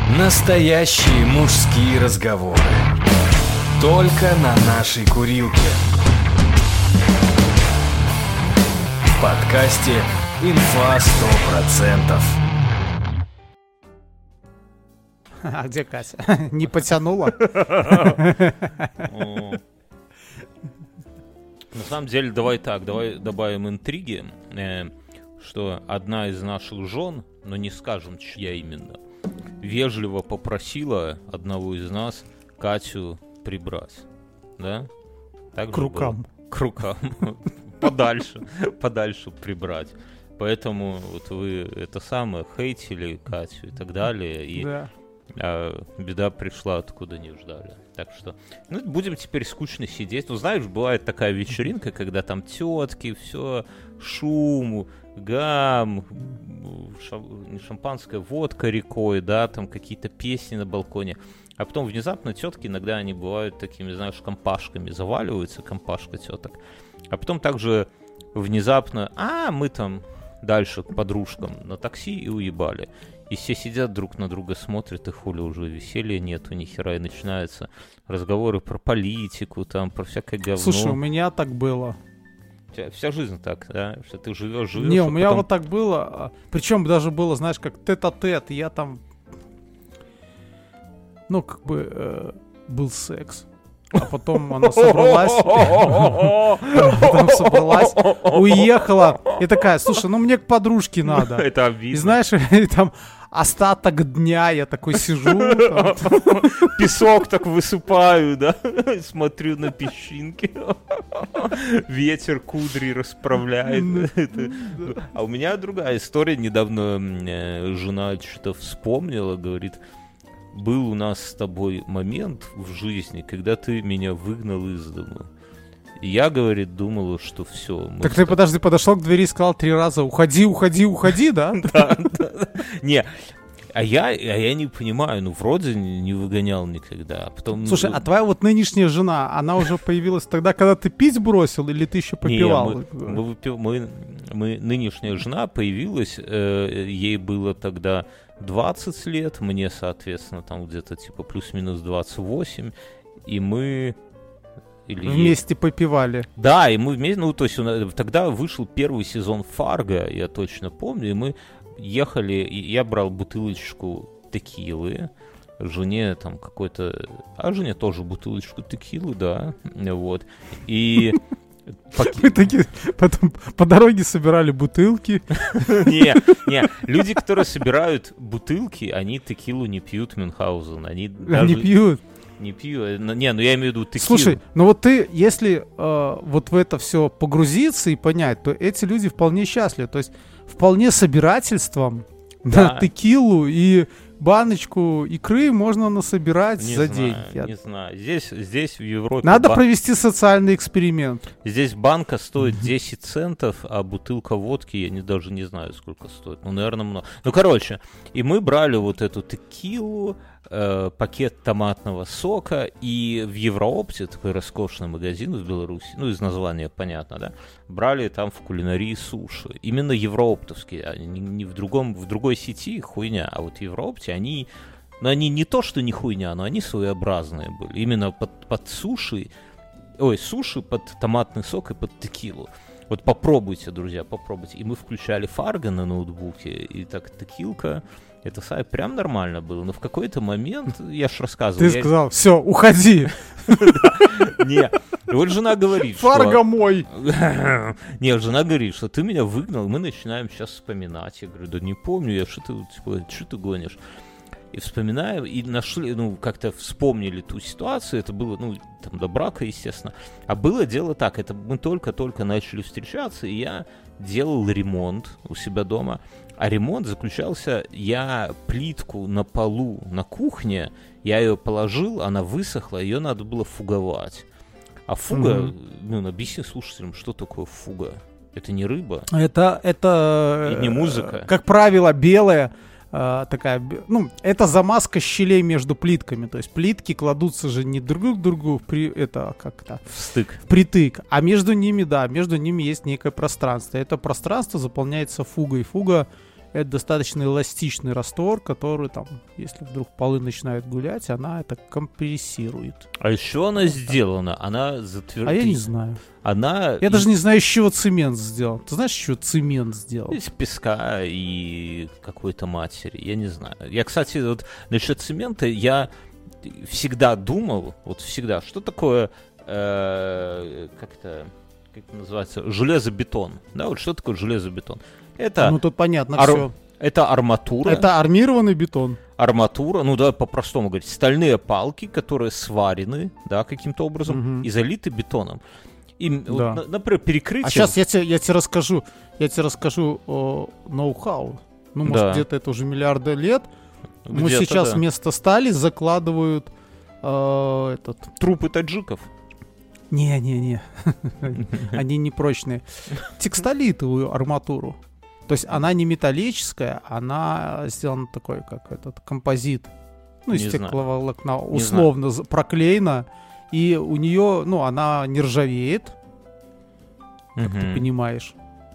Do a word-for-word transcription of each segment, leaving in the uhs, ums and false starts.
Настоящие мужские разговоры. Только на нашей курилке. В подкасте «Инфа сто процентов». А где Катя? Не потянула? На самом деле, давай так, давай добавим интриги, что одна из наших жен, но не скажем, чья именно, вежливо попросила одного из нас Катю прибрать, да? Так К рукам. Было? К рукам. Подальше, подальше прибрать. Поэтому вот вы это самое хейтили Катю и так далее, и Да. а беда пришла, откуда не ждали. Так что, ну, будем теперь скучно сидеть. Ну, знаешь, бывает такая вечеринка, когда там тетки, все, шум, гам, шам, не шампанское, водка рекой, да, там какие-то песни на балконе. А потом внезапно тетки, иногда они бывают такими, знаешь, компашками, заваливаются, компашка теток. А потом также внезапно, а, мы там дальше к подружкам на такси и уебали. И все сидят друг на друга, смотрят, и хули уже веселья нету, ни хера, и начинаются разговоры про политику, там, про всякое говно. Слушай, у меня так было. У тебя вся жизнь так, да? Что ты живешь, живешь. Не, а у меня потом... вот так было. Причем даже было, знаешь, как тет-а-тет. Я там, ну, как бы, э, был секс. А потом она собралась, потом собралась, уехала и такая, слушай, ну мне к подружке надо. Это обидно. И знаешь, и там остаток дня я такой сижу. Там... Песок так высыпаю, да? Смотрю на песчинки. Ветер кудри расправляет. А у меня другая история. Недавно жена что-то вспомнила, говорит... Был у нас с тобой момент в жизни, когда ты меня выгнал из дома. И я, говорит, думала, что все. Так ты, подожди, подошел к двери и сказал три раза: уходи, уходи, уходи, да? Да, да. Не, а я, а я не понимаю, ну, вроде не выгонял никогда. А потом, слушай, ну, а твоя вот нынешняя жена, она уже появилась тогда, когда ты пить бросил, или ты еще попивал? Не, мы, мы, выпив... мы, мы, нынешняя жена появилась, э, ей было тогда двадцать лет, мне, соответственно, там где-то типа плюс-минус двадцать восемь, и мы... Или вместе ей... попивали. Да, и мы вместе, ну, то есть тогда вышел первый сезон Фарго, я точно помню, и мы ехали, и я брал бутылочку текилы, жене там какой-то... А жене тоже бутылочку текилы, да, вот, и... Мы такие потом по дороге собирали бутылки. Не, не, люди, которые собирают бутылки, они текилу не пьют, Мюнхгаузен. Они даже не пьют. Не пьют. Не, ну я имею в виду текилу. Слушай, ну вот ты, если э, вот в это все погрузиться и понять, то эти люди вполне счастливы. То есть вполне собирательством да. на текилу и баночку икры можно насобирать не за знаю, деньги. Не знаю. Здесь, здесь в Европе... Надо бан... провести социальный эксперимент. Здесь банка стоит десять центов, а бутылка водки, я не, даже не знаю, сколько стоит. Ну, наверное, много. Ну, короче, и мы брали вот эту текилу, э, пакет томатного сока, и в Евроопте, такой роскошный магазин в Беларуси, ну, из названия понятно, да, брали там в кулинарии суши. Именно еврооптовские, а не, не в, другом, в другой сети хуйня, а вот в Евроопте они, ну, они не то, что не хуйня, но они своеобразные были. Именно под, под суши, ой, суши под томатный сок и под текилу. Вот попробуйте, друзья, попробуйте. И мы включали Фарго на ноутбуке, и так текилка, это сайт прям нормально было. Но в какой-то момент, я ж рассказывал... Ты сказал, все, уходи. Не, вот жена говорит, что... Фарго мой. Не, жена говорит, что ты меня выгнал, мы начинаем сейчас вспоминать. Я говорю, да не помню, я что ты, что ты гонишь? И вспоминаем, и нашли, ну, как-то вспомнили ту ситуацию, это было, ну, там, до брака, естественно. А было дело так, это мы только-только начали встречаться, и я делал ремонт у себя дома. А ремонт заключался, я плитку на полу на кухне, я ее положил, она высохла, ее надо было фуговать. А фуга, mm-hmm. ну, объясни слушателям, что такое фуга. Это не рыба. Это, это... И не музыка. Как правило, белая, э, такая, ну, это замазка щелей между плитками. То есть плитки кладутся же не друг к другу, при, это как-то... В стык. Впритык. А между ними, да, между ними есть некое пространство. Это пространство заполняется фугой. Фуга это достаточно эластичный раствор, который там, если вдруг полы начинают гулять, она это компрессирует. А еще она сделана, она затвердила. А я не знаю. Она... Я даже не знаю, из чего цемент сделан. Ты знаешь, из чего цемент сделан? Из песка и какой-то матери, я не знаю. Я, кстати, вот насчет цемента, я всегда думал, вот всегда, что такое, э, как это, как это называется, железобетон. Да, вот что такое железобетон? Это, ну, тут понятно ар- все. Это арматура. Это армированный бетон. Арматура, ну да, по-простому говорить, стальные палки, которые сварены, да, каким-то образом, Мгм. и залиты бетоном. И, Да. вот, на- например, перекрытие... А сейчас я тебе, я тебе расскажу, я тебе расскажу о ноу-хау. Ну, может, Да. где-то это уже миллиарды лет. Мы Где-то, сейчас да. вместо стали закладывают э, этот... Трупы таджиков. Не-не-не, они не прочные. Текстолитовую арматуру. То есть она не металлическая, она сделана такой, как этот композит. Ну, из Не знаю. стекловолокна, Не условно за- проклеена. И у нее, ну, она не ржавеет, как ты Мгм. понимаешь.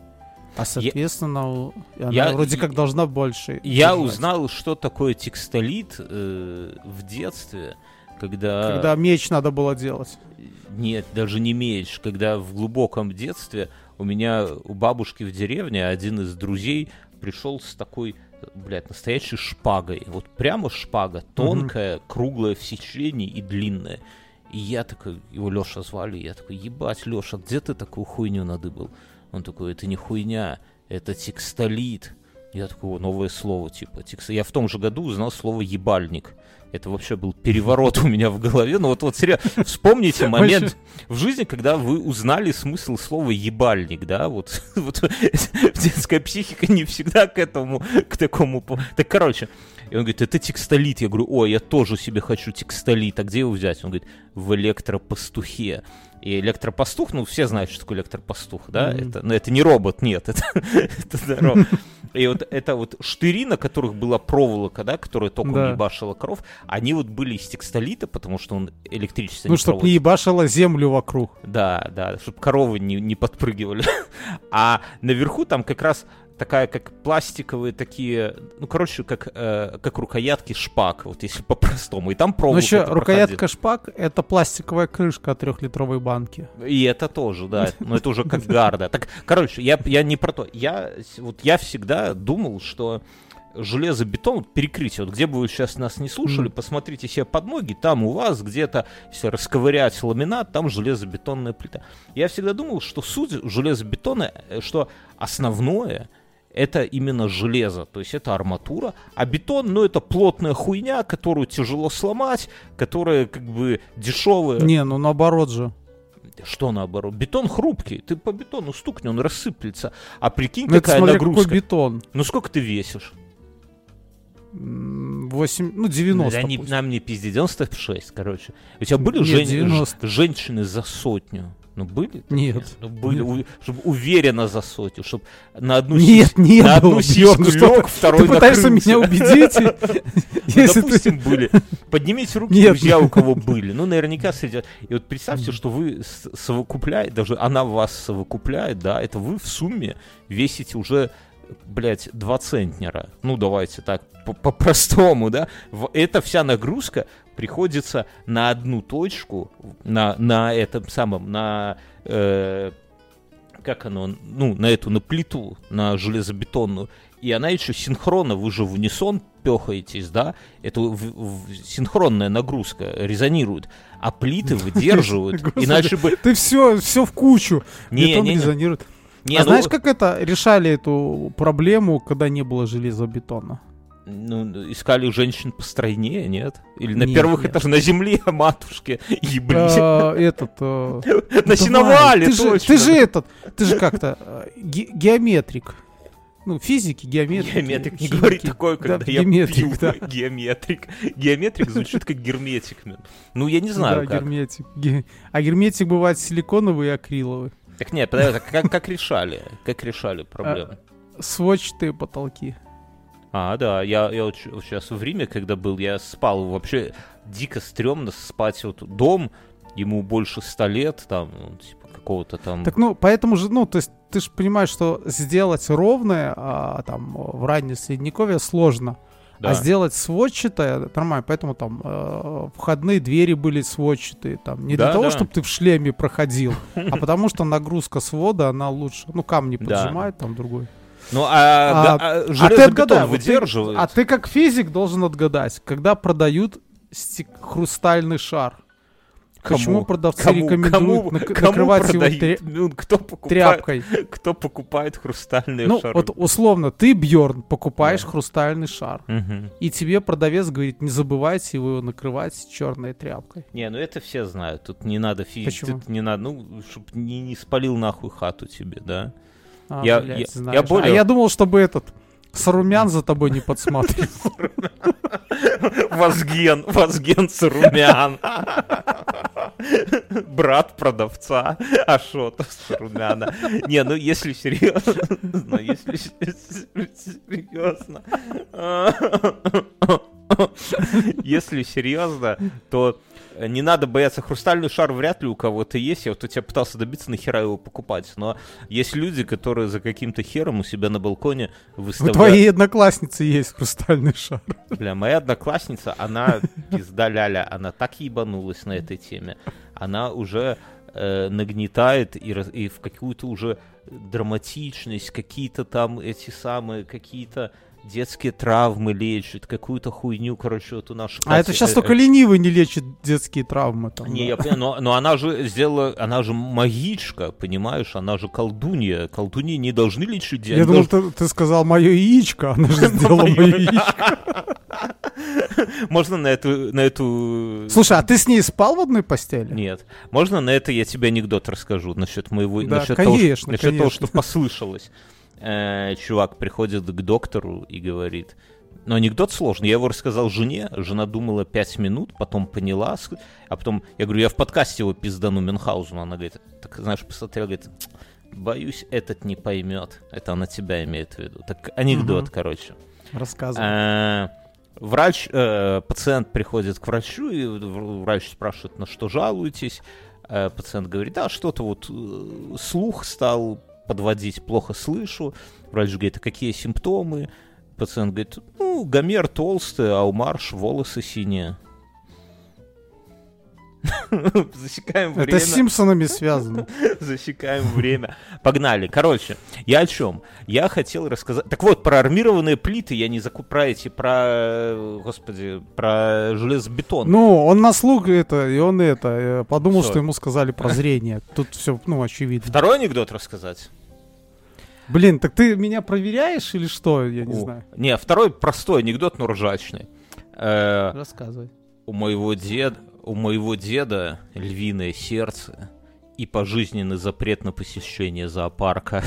А, соответственно, у- она Я- вроде я- как должна больше Я держать. узнал, что такое текстолит э, в детстве, когда... Когда меч надо было делать. Нет, даже не меч. Когда в глубоком детстве у меня у бабушки в деревне один из друзей пришел с такой, блядь, настоящей шпагой. Вот прямо шпага, тонкая, круглая в сечении и длинная. И я такой, его Леша звали, я такой, ебать, Леша, где ты такую хуйню надыбал? Он такой, это не хуйня, это текстолит. Я такой, о, новое слово, типа, текст... Я в том же году узнал слово ебальник. Это вообще был переворот у меня в голове. Ну вот, вот серьезно, вспомните момент в жизни, когда вы узнали смысл слова ебальник, да? Вот, вот детская психика не всегда к этому, к такому... по- Так, короче, и он говорит, это текстолит. Я говорю, ой, я тоже себе хочу текстолит. А где его взять? Он говорит, в электропастухе. И электропастух, ну, все знают, что такое электропастух, да? Мгм. Это, ну, это не робот, нет, это, это здорово. И вот это вот штыри, на которых была проволока, да, которая током Да. ебашила коров, они вот были из текстолита, потому что он электричество Ну, не чтоб не проводит. ебашило землю вокруг. Да, да, чтобы коровы не, не подпрыгивали. А наверху там как раз такая, как пластиковые такие, ну, короче, как, э, как рукоятки шпаг, вот если по-простому. И там Но проволока. еще эта рукоятка проходила. шпаг — это пластиковая крышка от трехлитровой банки. И это тоже, да. Но это уже как гарда. Так, короче, я, я не про то. Я, с- вот я всегда думал, что железобетон, вот перекрытие, вот где бы вы сейчас нас не слушали, Мгм. посмотрите себе под ноги, там у вас где-то, если расковырять ламинат, там железобетонная плита. Я всегда думал, что суть железобетона, э, что основное это именно железо, то есть это арматура, а бетон, ну, это плотная хуйня, которую тяжело сломать, которая как бы дешевая. Не, ну наоборот же. Что наоборот? Бетон хрупкий. Ты по бетону стукни, он рассыплется. А прикинь, Ну, это какая смотря нагрузка. какой бетон. Ну сколько ты весишь? М, восемь, ну девяносто Да не, пусть. нам не пизди, девяносто шесть, короче. У тебя были Нет, жен- девяносто. ж- женщины за сотню? Ну были? такие? Нет. Ну были, Нет. у- чтобы уверенно за сотню, чтобы на одну Нет, сись- не на было, одну сиську Бьёрн, что лёг, ты- второй Ты пытаешься накрылся. меня убедить? Ну, Если ты... допустим, были. Поднимите руки, Нет. друзья, у кого были. Ну, наверняка среди... И вот представьте, что вы с- совокупляете, даже она вас совокупляет, да, это вы в сумме весите уже, блядь, два центнера. Ну, давайте так, по- по-простому, да. В- Эта вся нагрузка приходится на одну точку, на, на этом самом, на... э, как оно, ну, на эту, на плиту, на железобетонную, и она еще синхронно, вы же в унисон пехаетесь, да, это в- в- синхронная нагрузка резонирует, а плиты выдерживают, Господи, иначе бы... Ты все, все в кучу. Не, Бетон не, не. резонирует. Не, а ну, знаешь, как это решали эту проблему, когда не было железобетона? ну, искали женщин постройнее, нет? Или на Нет, первых нет. этажах, на земле, матушки, еблись. А, Этот... э, На давай, сеновале, ты же, точно. ты же этот, ты же как-то э, ге- геометрик. Ну, физики, геометрики. Геометрик не химики. говори такое, когда Да, я геометрик, пью. да. Геометрик. Геометрик звучит как герметик. мен. Ну, я не знаю, Да, как. герметик. Ге- А герметик бывает силиконовый и акриловый. Так нет, подожди, так как, как решали? Как решали проблему? Сводчатые потолки. А, да, я, я вот сейчас в Риме, когда был, я спал. Вообще дико стрёмно спать. Вот дом, ему больше ста лет, там, он, типа, какого-то там... Так, ну, поэтому же, ну, то есть ты же понимаешь, что сделать ровное а, там в раннее средневековье сложно. Да. А сделать сводчатое нормально, поэтому там э, входные двери были сводчатые, там не Да, для того, да. чтобы ты в шлеме проходил, а потому что нагрузка свода, она лучше, ну камни Да. поджимает, там другой. Ну, а, А, га- а а ты железобетон отгадай, вот ты- выдерживает? а ты как физик должен отгадать, когда продают стек- хрустальный шар. Кому? Почему продавцы Кому? рекомендуют Кому? нак- Кому накрывать его продают? тря- Ну, кто покупает, тряпкой? кто покупает хрустальные Ну, шары? вот условно, ты, Бьорн, покупаешь Да. хрустальный шар. Мгм. И тебе продавец говорит, не забывайте его накрывать черной тряпкой. Не, ну это все знают. Тут не надо физик, Почему? тут не надо, ну, чтоб не, не спалил нахуй хату тебе, да? А, Я- блядь, я- знаешь. я более- А я думал, чтобы этот Сарумян за тобой не подсматривал. Возген, Возген Сарумян. Брат продавца Ашота Сарумяна. Не, ну если серьезно, ну если серьезно, если серьезно, то не надо бояться. Хрустальный шар вряд ли у кого-то есть. Я вот у тебя пытался добиться, нахера его покупать. Но есть люди, которые за каким-то хером у себя на балконе У выставляют... твоей одноклассницы есть хрустальный шар. Бля, моя одноклассница, она пизда ляля, она так ебанулась на этой теме. Она уже э, нагнетает и, раз- и в какую-то уже драматичность, какие-то там эти самые, какие-то детские травмы лечит, какую-то хуйню, короче, вот у нашей А это Кати, сейчас э, только ленивый не лечит детские травмы. Там, Не, да. я понимаю, но, но она же сделала, она же магичка, понимаешь, она же колдунья. Колдуньи не должны лечить. Я думал, ты, ты сказал мое яичко, она же сделала Моё- мое яичко. Можно на эту, на эту... Слушай, а ты с ней спал в одной постели? Нет. Можно на это я тебе анекдот расскажу насчет моего... Да, насчет конечно, того, насчет того, конечно. что послышалось. Э, чувак приходит к доктору и говорит... Но анекдот сложный. Я его рассказал жене. Жена думала пять минут, потом поняла. с- А потом я говорю, я в подкасте его пиздану Мюнхгаузену. Она говорит, так, знаешь, посмотрела, говорит, боюсь, этот не поймет. Это она тебя имеет в виду. Так анекдот, Мгм. короче. Рассказывай. Э, Врач, э, пациент приходит к врачу, и в- врач спрашивает, на что жалуетесь. Э, Пациент говорит, да, что-то вот э, слух стал подводить, плохо слышу. Врач говорит, а какие симптомы? Пациент говорит, ну, Гомер толстый, а у Марш волосы синие. Засекаем Это время. с Симпсонами связано. Засекаем время. Погнали. Короче, я о чем? Я хотел рассказать... Так вот, про армированные плиты я не закуп... Про эти, про... э, Господи, про железобетон. Ну, он на слух это, и он это, э, подумал, Что? что ему сказали прозрение. Тут все, ну, очевидно. Второй анекдот рассказать? Блин, так ты меня проверяешь или что? Я не О, знаю. Не, второй простой анекдот, но ржачный. Э, Рассказывай. у моего деда, у моего деда львиное сердце и пожизненный запрет на посещение зоопарка.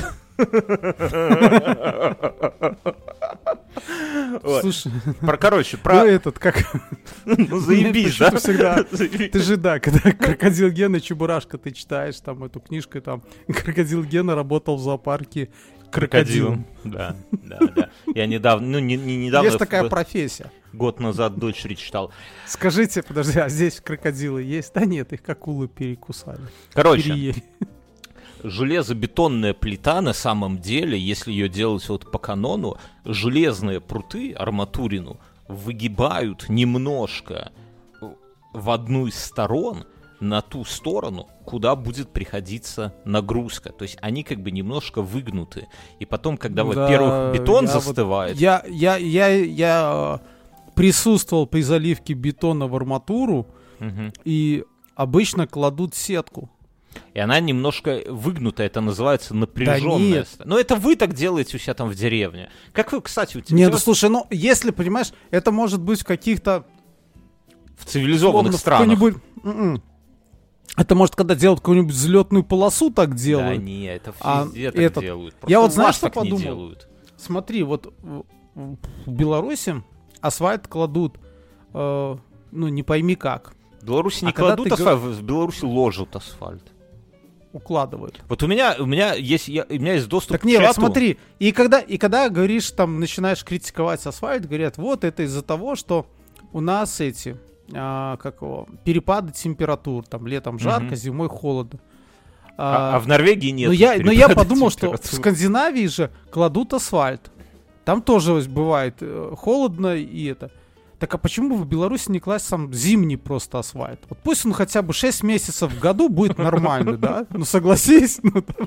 Вот. Слушай, Про, короче, ну про... этот, как... Ну, заебись, да? Почему-то всегда... Заебись. Ты же, да, когда «Крокодил Гена», «Чебурашка», ты читаешь там эту книжку, и там «Крокодил Гена» работал в зоопарке крокодилом. Да, да, да. Я недавно, ну, не, не недавно, Есть такая в- профессия. год назад дочери читал. Скажите, подожди, а здесь крокодилы есть? Да нет, их как акулы перекусали. Короче, Переели. железобетонная плита на самом деле, если ее делать вот по канону, железные пруты, арматурину, выгибают немножко в одну из сторон, на ту сторону, куда будет приходиться нагрузка. То есть они как бы немножко выгнуты. И потом, когда, Да, во-первых, бетон я вот- застывает... Я, я, я, я э, присутствовал при заливке бетона в арматуру, Мгм. и обычно кладут сетку. И она немножко выгнута, это называется напряженная. нет. ст- Но это вы так делаете у себя там в деревне. Как вы, кстати, у тебя Нет, ну слушай, ну если, понимаешь, это может быть в каких-то... в цивилизованных условно, в странах? какой-нибудь- М-м. Это может, когда делают какую-нибудь взлетную полосу, так Да делают. не, это А везде так этот- делают. я Просто вот у знаешь, вас что так не подумал? делают. Смотри, вот в, в Беларуси асфальт кладут, э, ну не пойми как, В Беларуси не А когда кладут ты асфальт, в Беларуси ложат асфальт. укладывают. Вот у меня, у меня есть, я, у меня есть доступ Так к не, вот чату. смотри, и когда, и когда говоришь, там, начинаешь критиковать асфальт, говорят, вот это из-за того, что у нас эти, а, как его, перепады температур, там, летом жарко, Мгм. зимой холодно. А, а в Норвегии нет. Но я, но я подумал, что в Скандинавии же кладут асфальт. Там тоже бывает э, холодно и это. Так а почему в Беларуси не класть сам зимний просто асфальт? Вот пусть он хотя бы шесть месяцев в году будет нормальный, да? Ну согласись.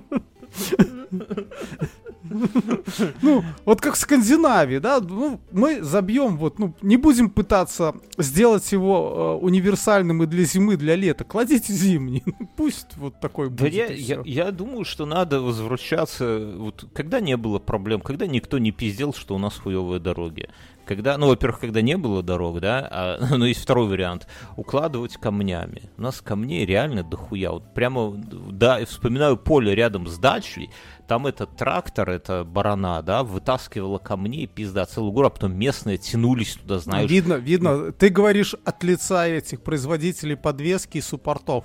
Ну, вот как в Скандинавии, да, ну, мы забьем, вот, ну, не будем пытаться сделать его э, универсальным и для зимы, и для лета. Кладите зимний, пусть вот такой будет. Да я, я, я думаю, что надо возвращаться, вот, когда не было проблем, когда никто не пиздел, что у нас хуевые дороги. Когда, ну, во-первых, когда не было дорог, да, а, ну, есть второй вариант, укладывать камнями. У нас камней реально дохуя. Вот прямо, да, вспоминаю поле рядом с дачей, там этот трактор, это барана, да, вытаскивала камней, пизда, целую гору, а потом местные тянулись туда, знаешь. Видно, видно, ты говоришь от лица этих производителей подвески и суппортов.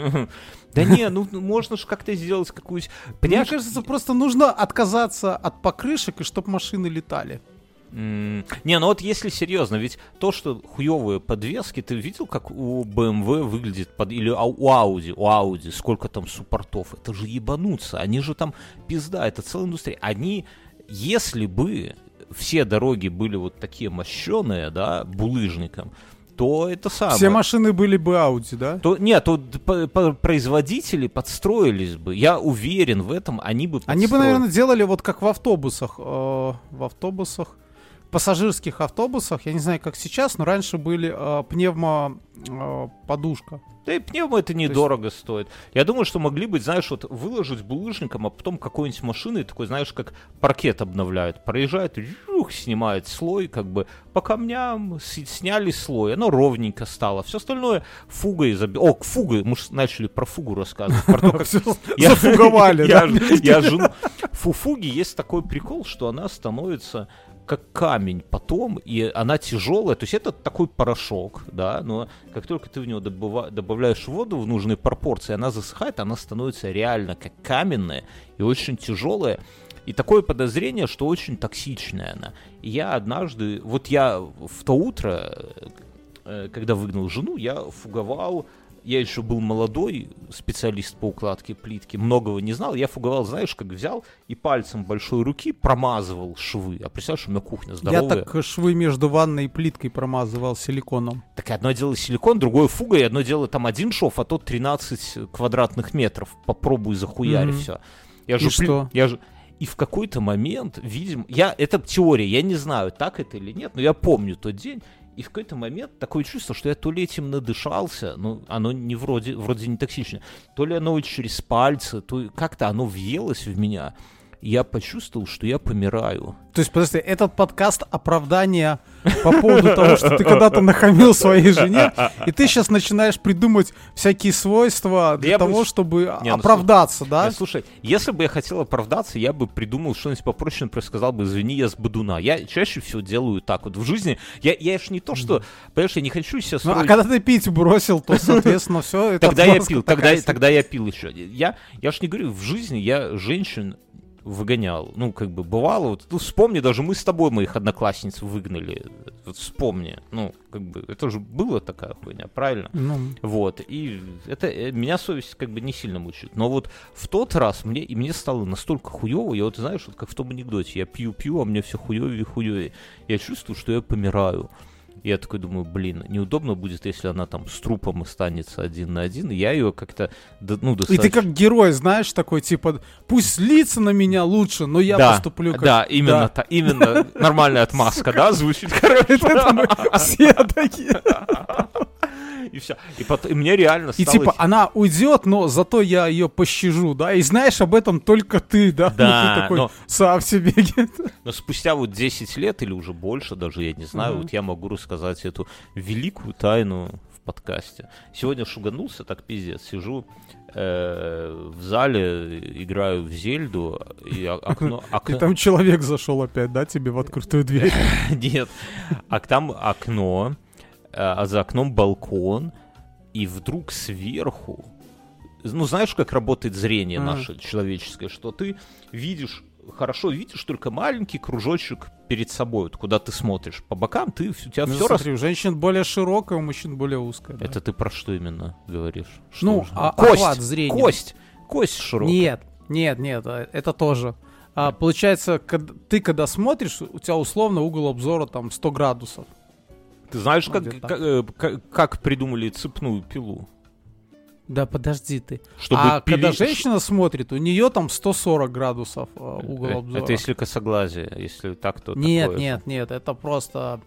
Да не, ну можно же как-то сделать какую-нибудь... Мне кажется, просто нужно отказаться от покрышек, и чтобы машины летали. Mm. Не, ну вот если серьезно, ведь то, что хуевые подвески, ты видел, как у бэ эм вэ выглядит, под, или у Audi, у Audi, сколько там суппортов, это же ебануться, они же там пизда, это целая индустрия. Они, если бы все дороги были вот такие мощеные, да, булыжником, то это самое. Все машины были бы Audi, да? То, нет, то по, по, производители подстроились бы. Я уверен в этом, они бы подстроились. Они бы, наверное, делали вот как в автобусах. Э, в автобусах, пассажирских автобусах, я не знаю, как сейчас, но раньше были э, пневмо э, подушка. Да и пневмо это недорого есть... стоит. Я думаю, что могли быть, знаешь, вот выложить булыжником, а потом какой-нибудь машиной такой, знаешь, как паркет обновляют. Проезжает, жух, снимает слой, как бы по камням с- сняли слой, оно ровненько стало. Все остальное фугой заби... О, фугой, мы же начали про фугу рассказывать. Зафуговали, да? Я жену. У фуги есть такой прикол, что она становится как камень потом, и она тяжелая, то есть это такой порошок, да, но как только ты в него добыва- добавляешь воду в нужной пропорции, она засыхает, она становится реально как каменная и очень тяжелая, и такое подозрение, что очень токсичная она. И я однажды, вот я в то утро, когда выгнал жену, я фуговал. Я еще был молодой специалист по укладке плитки, многого не знал. Я фуговал, знаешь, как взял и пальцем большой руки промазывал швы. А представляешь, у меня кухня здоровая. Я так швы между ванной и плиткой промазывал силиконом. Так одно дело силикон, другое фуга, и одно дело там один шов, а то тринадцать квадратных метров. Попробуй захуяри mm-hmm. все. Я и же, что? Я же... И в какой-то момент, видимо, я, это теория, я не знаю, так это или нет, но я помню тот день. И в какой-то момент такое чувство, что я то ли этим надышался, ну, оно не вроде, вроде не токсично, то ли оно через пальцы, то как-то оно въелось в меня. И я почувствовал, что я помираю. То есть, подожди, этот подкаст оправдание по поводу того, что ты когда-то нахамил своей жене, и ты сейчас начинаешь придумать всякие свойства для того, чтобы оправдаться, да? Слушай, если бы я хотел оправдаться, я бы придумал что-нибудь попроще, например, сказал бы, извини, я с бодуна. Я чаще всего делаю так вот в жизни. Я, я ж не то, что, понимаешь, я не хочу сейчас... Ну, а когда ты пить бросил, то, соответственно, все это... Тогда я пил, тогда, тогда я пил еще. Я, я ж не говорю, в жизни я женщин выгонял. Ну, как бы, бывало. Вот, ну, вспомни, даже мы с тобой моих одноклассниц выгнали. Вот вспомни. Ну, как бы, это же была такая хуйня, правильно? Ну. Вот. И это меня совесть как бы не сильно мучает. Но вот в тот раз мне, и мне стало настолько хуёво, я вот, знаешь, вот как в том анекдоте, я пью-пью, а мне все хуёвее и хуёвее. Я чувствую, что я помираю. Я такой думаю, блин, неудобно будет, если она там с трупом останется один на один, и я ее как-то, ну, достаточно... И ты как герой, знаешь, такой, типа, пусть злится на меня лучше, но я да, поступлю как... Да, именно, да. Та, именно нормальная отмазка, да, звучит, короче. Все такие... И все. И, потом, и мне реально стало... И типа она уйдет, но зато я ее пощажу, да? И знаешь об этом только ты, да? Да. Ну, ты такой но... сам себе. Но спустя вот десять лет или уже больше даже, я не знаю, mm-hmm. вот я могу рассказать эту великую тайну в подкасте. Сегодня шуганулся, так пиздец. Сижу э, в зале, играю в Зельду, и окно... И там человек зашел опять, да, тебе в открытую дверь? Нет. А там окно... а за окном балкон, и вдруг сверху, ну, знаешь, как работает зрение mm-hmm. наше человеческое, что ты видишь, хорошо видишь только маленький кружочек перед собой, вот, куда ты смотришь. По бокам ты, у тебя ну, все... Смотри, рас... у женщин более широкая, у мужчин более узкая. Да? Это ты про что именно говоришь? Что ну, нужно? а, кость, охват зрения. Кость, кость широкая. Нет, нет, нет, а, это тоже. А, получается, когда, ты когда смотришь, у тебя условно угол обзора там сто градусов. Ты знаешь, Ну, как, где-то как, э, как, как придумали цепную пилу? Да подожди ты. Чтобы а пили- когда женщина смотрит, у нее там сто сорок градусов а, угол Э, обзора. Это если косоглазие, если так, то Нет, такое. нет, нет, это просто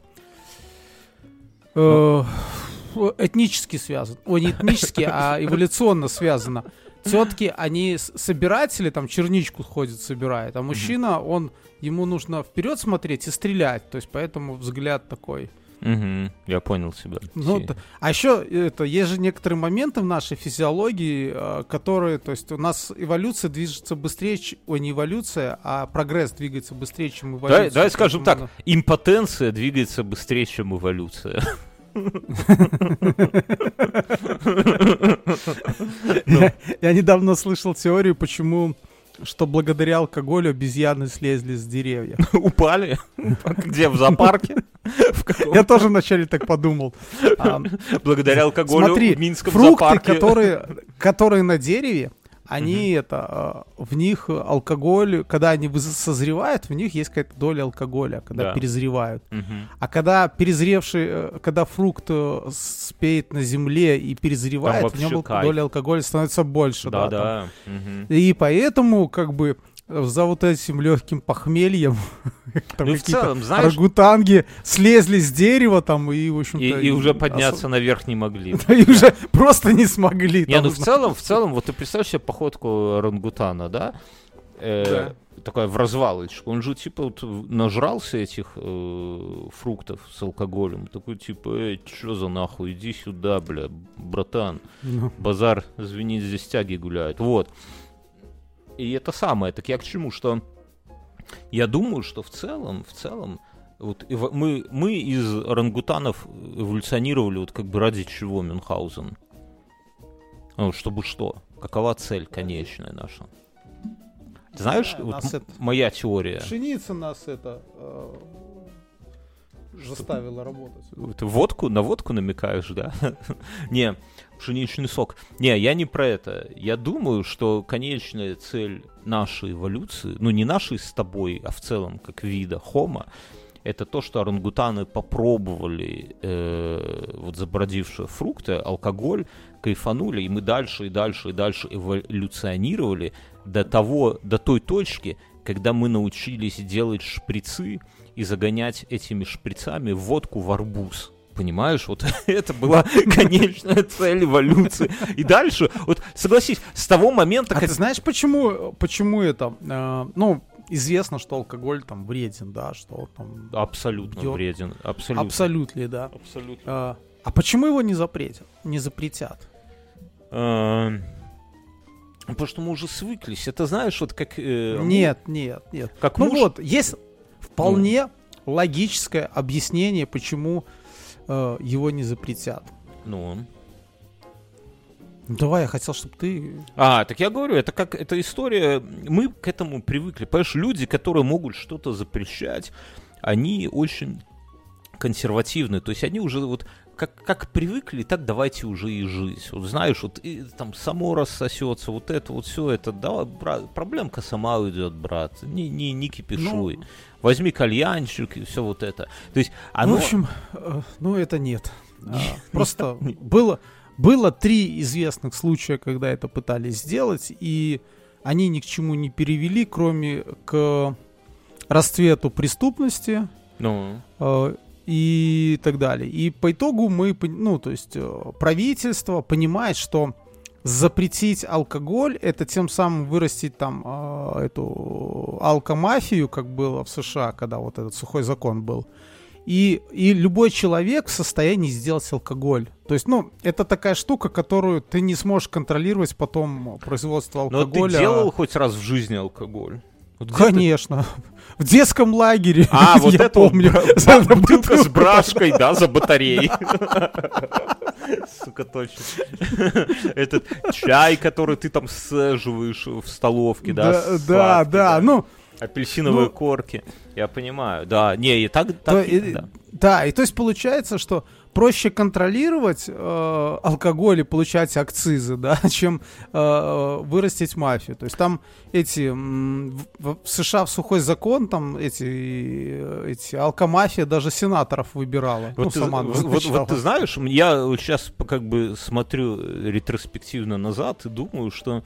э, этнически связано. Ой, не этнически, а эволюционно связано. Тетки, они с- собиратели, там черничку ходят, собирают, а мужчина, он, ему нужно вперед смотреть и стрелять, то есть поэтому взгляд такой. Мгм, я понял себя. Ну, Си- т- а еще это, есть же некоторые моменты в нашей физиологии, э, которые, то есть у нас эволюция движется быстрее, ч- ой, не эволюция, а прогресс двигается быстрее, чем эволюция. Давай, давай скажем Поэтому так, импотенция двигается быстрее, чем эволюция. Я, я недавно слышал теорию, почему, что благодаря алкоголю обезьяны слезли с деревьев. Упали? Где, в зоопарке? В каком? Я тоже вначале так подумал. А, Благодаря алкоголю Смотри, в Минском фрукты, зоопарке. которые, которые на дереве, они это, э, в них алкоголь, когда они выз- созревают, в них есть какая-то доля алкоголя, когда Да. перезревают. Мгм. А когда перезревший, э, когда фрукт э, спеет на земле и перезревает, Там в нем вообще ал- кайф. доля алкоголя становится больше. Да, там. Да-да. Мгм. И поэтому, как бы, за вот этим легким похмельем там Ну и в какие-то целом, знаешь, орангутанги слезли с дерева там и, в общем-то... и, и уже осо- подняться наверх не могли. И уже просто не смогли. Не, там, ну в знаешь. целом, в целом, вот ты представляешь себе походку орангутана, да? Э, Такая в развалочку. Он же типа вот нажрался этих э, фруктов с алкоголем. Такой типа, эй, чё за нахуй, иди сюда, бля, братан. Ну, Базар звенит, здесь тяги гуляют. Вот. И это самое. Так я к чему, что я думаю, что в целом, в целом, вот эво- мы, мы из орангутанов эволюционировали вот как бы ради чего Мюнхгаузен? Ну, чтобы что? Какова цель конечная наша? Ты знаешь, Да, вот нас м- это- моя теория. Пшеница нас это э, заставила работать. Ты водку, на водку намекаешь, да? Не, пшеничный сок. Не, я не про это. Я думаю, что конечная цель нашей эволюции, ну не нашей с тобой, а в целом как вида хомо, это то, что орангутаны попробовали э, вот забродившие фрукты, алкоголь, кайфанули, и мы дальше и дальше и дальше эволюционировали до того, до той точки, когда мы научились делать шприцы и загонять этими шприцами водку в арбуз. Понимаешь, вот это была конечная цель эволюции. И дальше, вот согласись, с того момента, А как... ты знаешь, почему, почему это? Э, ну, известно, что алкоголь там вреден, да, что он там... Абсолютно бьет. вреден. Абсолютно. Абсолютно, да. Абсолютно. А, а почему его не запретят? Не запретят? Эм, Потому что мы уже свыклись. Это знаешь, вот как... э, Нет, нет, нет. Как Ну муж- вот, есть вполне логическое объяснение, почему э, его не запретят. Ну... Ну, давай, я хотел, чтобы ты... А, так я говорю, это как, это история, мы к этому привыкли. Понимаешь, люди, которые могут что-то запрещать, они очень консервативны. То есть они уже вот как, как привыкли, так давайте уже и жить. Вот знаешь, вот и, там само рассосется, вот это вот все это, да, брат, проблемка сама уйдет, брат. Не, не, не кипишуй. Ну, Возьми кальянчик и все вот это. То есть оно... Ну, в общем, э, ну это нет. А, Просто было, было три известных случая, когда это пытались сделать, и они ни к чему не перевели, кроме к расцвету преступности Ну, э, и так далее. И по итогу мы, пон- ну, то есть э, правительство понимает, что запретить алкоголь — это тем самым вырастить там э, эту алкомафию, как было в США, когда вот этот сухой закон был. И, и любой человек в состоянии сделать алкоголь. То есть, ну, это такая штука, которую ты не сможешь контролировать потом производство но алкоголя. ты делал хоть раз в жизни алкоголь? Вот где ты- Конечно. В детском лагере. А, вот я это вот помню. бра- За ба- бутылка с бутылку. брашкой, да, за батареей. Сука, точно. Этот чай, который ты там сцеживаешь в столовке, да? Да, сладкий, да, да. Ну, Апельсиновые Ну, корки. Я понимаю. Да, не, и так... так То- и- и- да. Да, и то есть получается, что проще контролировать э, алкоголь и получать акцизы, да, чем э, вырастить мафию. То есть там эти м, в, в США в сухой закон там эти, э, эти алкомафия даже сенаторов выбирала. Вот, ну, ты, сама вот, вот, назначала. вот ты знаешь, я вот сейчас как бы смотрю ретроспективно назад и думаю, что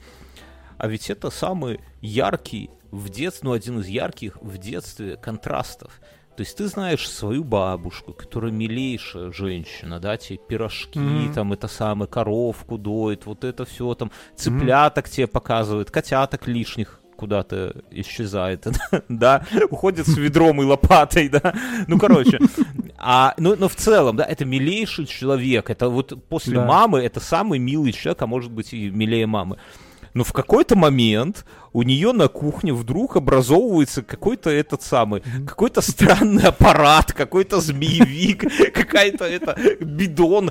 а ведь это самый яркий в детстве, ну один из ярких в детстве контрастов. То есть ты знаешь свою бабушку, которая милейшая женщина, да, тебе пирожки, Mm-hmm. там, это самое, коровку доит, вот это все, там, цыпляток mm-hmm. тебе показывает, котяток лишних куда-то исчезает, да, уходит с ведром и лопатой, да, ну, короче, а, ну, но в целом, да, это милейший человек, это вот после Да. мамы, это самый милый человек, а может быть и милее мамы. Но в какой-то момент у нее на кухне вдруг образовывается какой-то этот самый, mm-hmm. какой-то странный аппарат, какой-то змеевик, какая-то это бидон,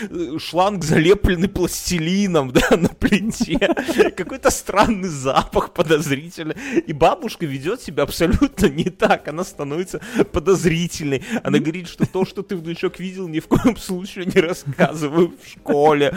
шланг залепленный пластилином, да, на плите, какой-то странный запах подозрительный. И бабушка ведет себя абсолютно не так, она становится подозрительной. Она говорит, что то, что ты, внучок, видел, ни в коем случае не рассказывай в школе.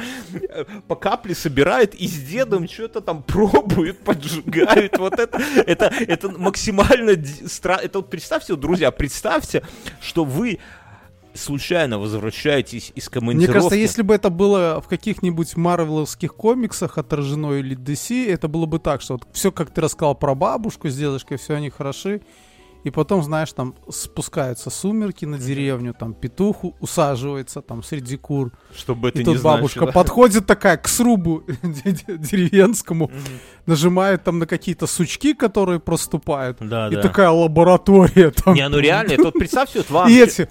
По капле собирает и с дедом что-то там пробует, поджигает. Вот это, это, это максимально странно. Это вот представьте, вот, друзья, представьте, что вы случайно возвращаетесь из командировки. Мне кажется, если бы это было в каких-нибудь марвеловских комиксах отражено или ди си, это было бы так, что вот все, как ты рассказал про бабушку с дедушкой, все они хороши. И потом, знаешь, там спускаются сумерки на деревню, там петух усаживается там среди кур. Чтобы это и не тут значило. бабушка подходит такая к срубу деревенскому, нажимает там на какие-то сучки, которые проступают. Да, и да. такая лаборатория там. Не, ну реально, это вот представьте, вот вам... И эти...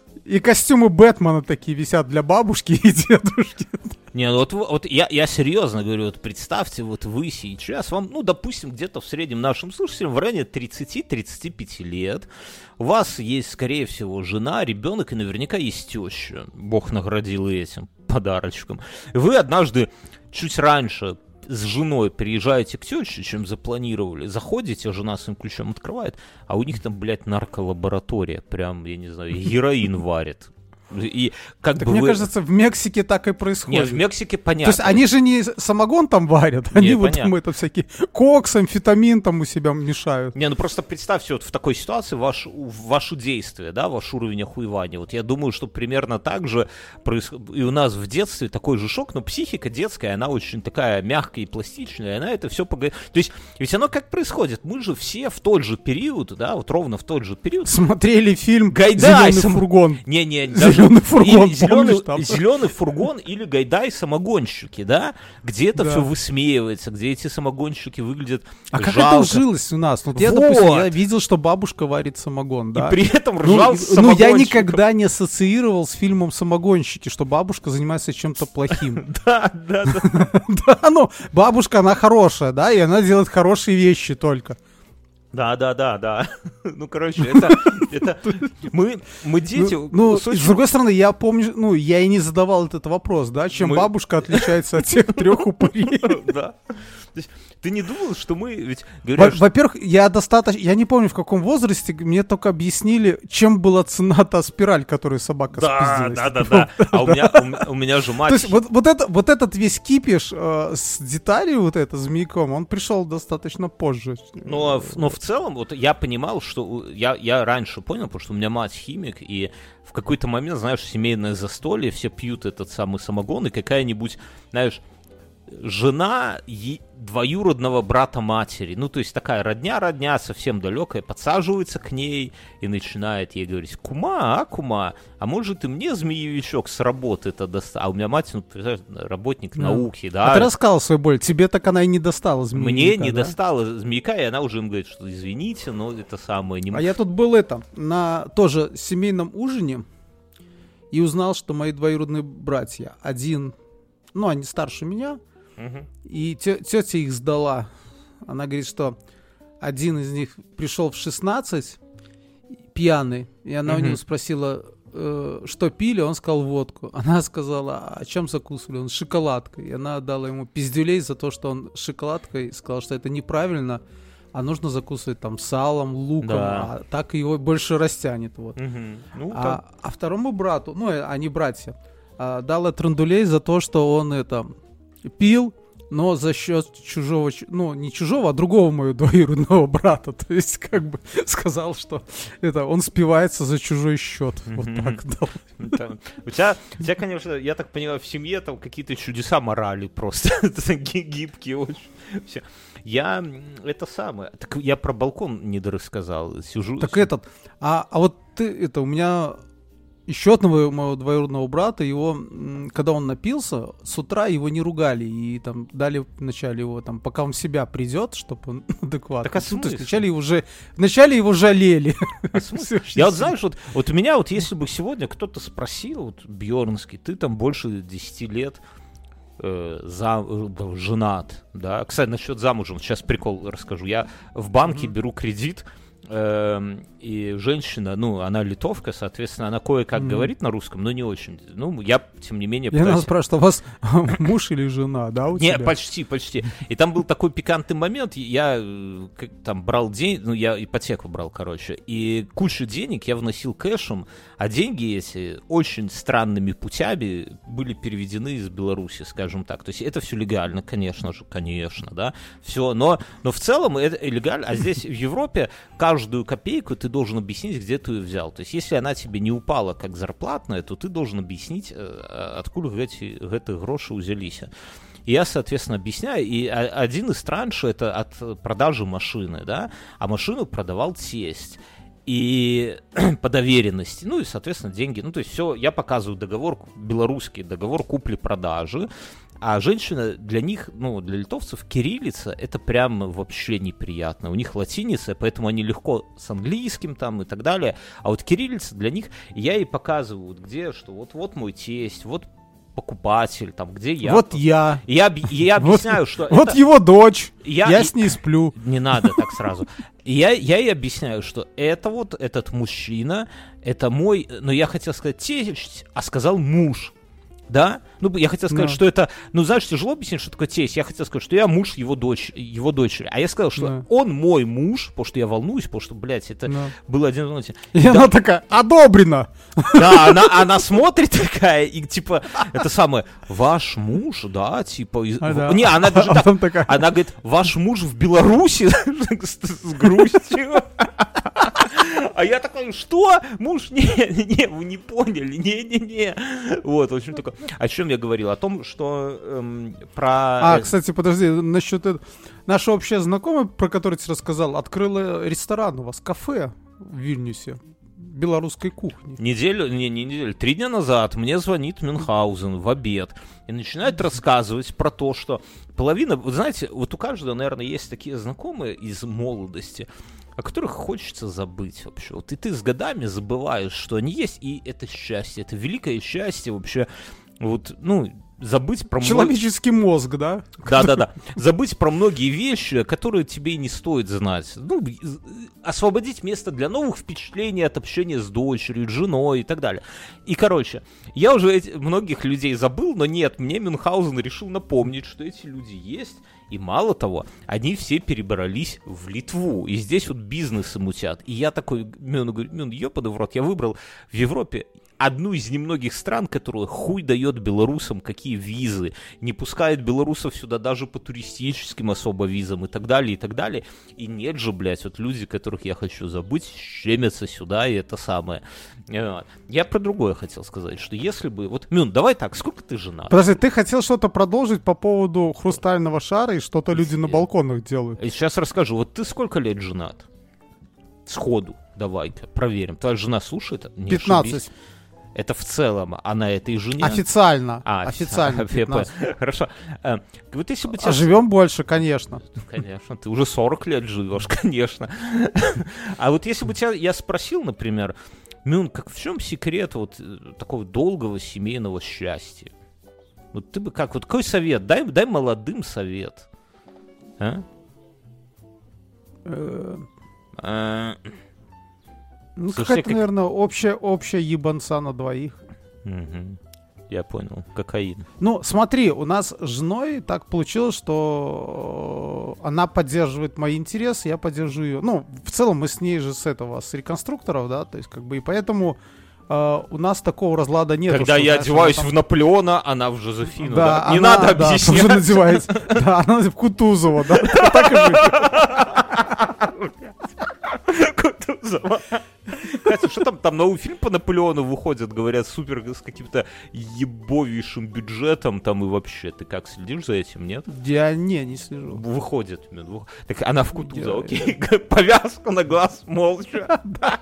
И костюмы Бэтмена такие висят для бабушки и дедушки. Не, ну вот, вот я, я серьезно говорю, вот представьте, вот вы сейчас, вам, ну, допустим, где-то в среднем нашим слушателям в районе тридцать-тридцать пять лет, у вас есть, скорее всего, жена, ребенок и наверняка есть теща. Бог наградил этим подарочком. Вы однажды чуть раньше с женой приезжаете к теще, чем запланировали, заходите, жена своим ключом открывает, а у них там, блядь, нарколаборатория, прям, я не знаю, героин варит. И как Так бы мне вы... кажется, в Мексике так и происходит. Нет, в Мексике понятно. То есть они же не самогон там варят, они Не, вот понятно. там это всякие кокс, амфетамин там у себя мешают. Не, ну просто представьте вот в такой ситуации ваш, ваше действие, да, ваш уровень охуевания. Вот я думаю, что примерно так же происходит. И у нас в детстве такой же шок, но психика детская, она очень такая мягкая и пластичная, и она это все пог... То есть, ведь оно как происходит? Мы же все в тот же период, да, вот ровно в тот же период. Смотрели фильм Гайдай, «Зеленый сам- фургон». Не-не, даже Зеленый фургон, или зеленый, помнишь там? зеленый фургон или Гайдай самогонщики, да, где это Да. все высмеивается, где эти самогонщики выглядят А как жалко. это ужилось у нас? Вот я, Вот. допустим, я видел, что бабушка варит самогон, да. И при этом Ну, ржал и- с ну, я самогонщиком. никогда не ассоциировал с фильмом «Самогонщики», что бабушка занимается чем-то плохим. Да, да, да. Да, ну, бабушка, она хорошая, да, и она делает хорошие вещи только. Да, да, да, да. Ну, короче, это, это мы, мы дети. Ну, ну, с очень- с другой стороны, я помню, ну, я и не задавал этот вопрос, да, чем Мы- бабушка отличается от тех трех упырей. Да. То есть, ты не думал, что мы ведь Во- говорят, что- Во-первых, я достаточно, я не помню в каком возрасте, мне только объяснили, чем была цена та спираль, которую собака Да, спиздилась. да, да, да. А у меня, у м- у меня же мать. То есть вот, вот, это, вот этот весь кипиш э, с деталью, вот это, змейком, он пришел достаточно позже. Но, в- но в целом, вот я понимал, что у- я, я раньше понял, потому что у меня мать химик, и в какой-то момент, знаешь, семейное застолье, все пьют этот самый самогон, и какая-нибудь, знаешь, жена е- двоюродного брата матери, ну, то есть такая родня-родня, совсем далекая, подсаживается к ней и начинает ей говорить: кума, а, кума, а может и мне змеевичок с работы-то достал? А у меня мать, ну, представляешь, работник Да. науки, да. А ты рассказал свою боль, тебе так она и не достала змейка. Мне не да? достала змейка, и она уже им говорит, что извините, но это самое не... А я тут был это, на тоже семейном ужине, и узнал, что мои двоюродные братья, один, ну, они старше меня, Мгм. и тё- тетя их сдала. Она говорит, что один из них пришел в шестнадцать, пьяный, и она у Мгм. него спросила, э, что пили, он сказал водку. Она сказала, а чем закусывали? Он шоколадкой. И она дала ему пиздюлей за то, что он шоколадкой сказал, что это неправильно, а нужно закусывать там салом, луком, Да. а так его больше растянет. Вот. Мгм. Ну, А, там- а второму брату, ну, э, они братья, а, дала трандулей за то, что он это пил, но за счет чужого, ч- ну, не чужого, а другого моего двоюродного брата. То есть, как бы сказал, что это он спивается за чужой счет. Вот Мгм. так дал. Там- У тебя, у тебя, конечно, я так понимаю, в семье там какие-то чудеса морали просто ги- гибкие очень. Всё. Я м, это самое. Так я про балкон не дорассказал. Сижу. Так этот, а, а вот ты, это, у меня еще одного моего двоюродного брата, его, м, когда он напился, с утра его не ругали, и там дали вначале его, там, пока он в себя придет, чтобы он адекватно. Так а Ну, то есть смысл? вначале его, же, вначале его жалели. А смысл? Всё очень Я вот, сильно. знаешь, вот, вот у меня вот, если бы сегодня кто-то спросил, вот, Бьернский, ты там больше десяти лет э, за, э, женат, да. Кстати, насчет замужем, сейчас прикол расскажу. Я в банке Мгм. беру кредит, эм, и женщина, ну, она литовка, соответственно, она кое-как Мгм. говорит на русском, но не очень. Ну, я, тем не менее, И она пытаюсь... спрашивает, у вас муж или жена, да, у Не, тебя? почти, почти. И там был такой пикантный момент, я э, как, там брал деньги, ну, я ипотеку брал, короче, и кучу денег я вносил кэшем, а деньги эти очень странными путями были переведены из Беларуси, скажем так. То есть это все легально, конечно же, конечно, да, все, но, но в целом это легально, а здесь в Европе каждую копейку ты должен объяснить, где ты ее взял. То есть если она тебе не упала как зарплатная, то ты должен объяснить, э, откуда эти, эти гроши взялись. И я, соответственно, объясняю, и о- один из траншей это от продажи машины, да, а машину продавал тесть. И по доверенности, ну и, соответственно, деньги. Ну, то есть все, я показываю договор, белорусский договор купли-продажи, а женщина для них, ну, для литовцев, кириллица — это прям вообще неприятно. У них латиница, поэтому они легко с английским там и так далее. А вот кириллица для них, я ей показываю, вот где, что вот, вот мой тесть, вот покупатель, там, где я. Вот я. И я, объ- и я Вот- объясняю, что Вот это... его дочь. Я- Я и- с ней сплю. Не надо так сразу. И я, я ей объясняю, что это вот, этот мужчина, это мой, но я хотел сказать тесть, а сказал муж. Да? Ну, я хотел сказать, Да. что это, ну, знаешь, тяжело объяснить, что такое тесть. Я хотел сказать, что я муж его, дочь, его дочери. А я сказал, что Да. он мой муж, потому что я волнуюсь, потому что, блядь, это Да. было один... знаете, И она такая, одобрено. да, она, она смотрит такая, и типа, это самое, ваш муж, да, типа... из- А, да. Не, она даже А так, потом такая, она говорит, ваш муж в Беларуси с, с грустью. А я такой, что? Муж? Не, не, не, вы не поняли, не-не-не. Вот, в общем, такое. О чем я говорил? О том, что эм, про... А, э, кстати, подожди, насчет этого. Наша общая знакомая, про которую ты рассказал, открыла ресторан у вас, кафе в Вильнюсе, белорусской кухни. Неделю, не, не неделю, три дня назад мне звонит Мюнхгаузен в обед и начинает рассказывать про то, что половина, вы знаете, вот у каждого, наверное, есть такие знакомые из молодости, о которых хочется забыть вообще. Вот и ты с годами забываешь, что они есть, и это счастье, это великое счастье вообще, вот, ну, забыть про... мно- Человеческий мозг, да? Да-да-да. Забыть про многие вещи, которые тебе и не стоит знать. Ну, из- освободить место для новых впечатлений от общения с дочерью, женой и так далее. И, короче, я уже эти, многих людей забыл, но нет, мне Мюнхгаузен решил напомнить, что эти люди есть. И мало того, они все перебрались в Литву. И здесь вот бизнесы мутят. И я такой, Мюн, говорю, Мюн, ёпаный в рот, я выбрал в Европе одну из немногих стран, которая хуй дает белорусам какие визы, не пускает белорусов сюда даже по туристическим особо визам и так далее, и так далее. И нет же, блядь, вот люди, которых я хочу забыть, щемятся сюда, и это самое. Вот. Я про другое хотел сказать, что если бы... Вот, Мюн, давай так, сколько ты женат? Подожди, ты хотел что-то продолжить по поводу хрустального шара и что-то люди на балконах делают. Сейчас расскажу. Вот ты сколько лет женат? Сходу, давай-ка, проверим. Твоя жена слушает? Не ошибись. пятнадцать. Это в целом, а на этой жене... Официально. А, Официально. я понял. пятнадцать. Хорошо. Э, Вот если бы тебя... А живем больше, конечно. Конечно, ты уже сорок лет живешь, конечно. А вот если бы тебя я спросил, например, Мюн, как в чем секрет вот э, такого долгого семейного счастья? Вот ты бы как, вот какой совет? Дай, дай молодым совет. А? Э, А, Ну, Слушай, какая-то, как- наверное, общая, общая ебанца на двоих. мгм. Я понял. Кокаин. Ну, смотри, у нас с женой так получилось, что она поддерживает мои интересы, я поддерживаю ее. Ну, в целом мы с ней же с этого, с реконструкторов, да, то есть как бы, и поэтому э, у нас такого разлада нет. Когда что, я знаешь, одеваюсь там... в Наполеона, она в Жозефину, да? Да, Не она, надо да, объяснять. тоже надевается. Да, она в Кутузова, да, так и будет. Кутузова. Кстати, что там, там новый фильм по Наполеону выходит, говорят, супер с каким-то ебовейшим бюджетом, там и вообще, ты как, следишь за этим, нет? Я не, не слежу. Выходит. Так она в Кутузова, окей, повязку на глаз, молча.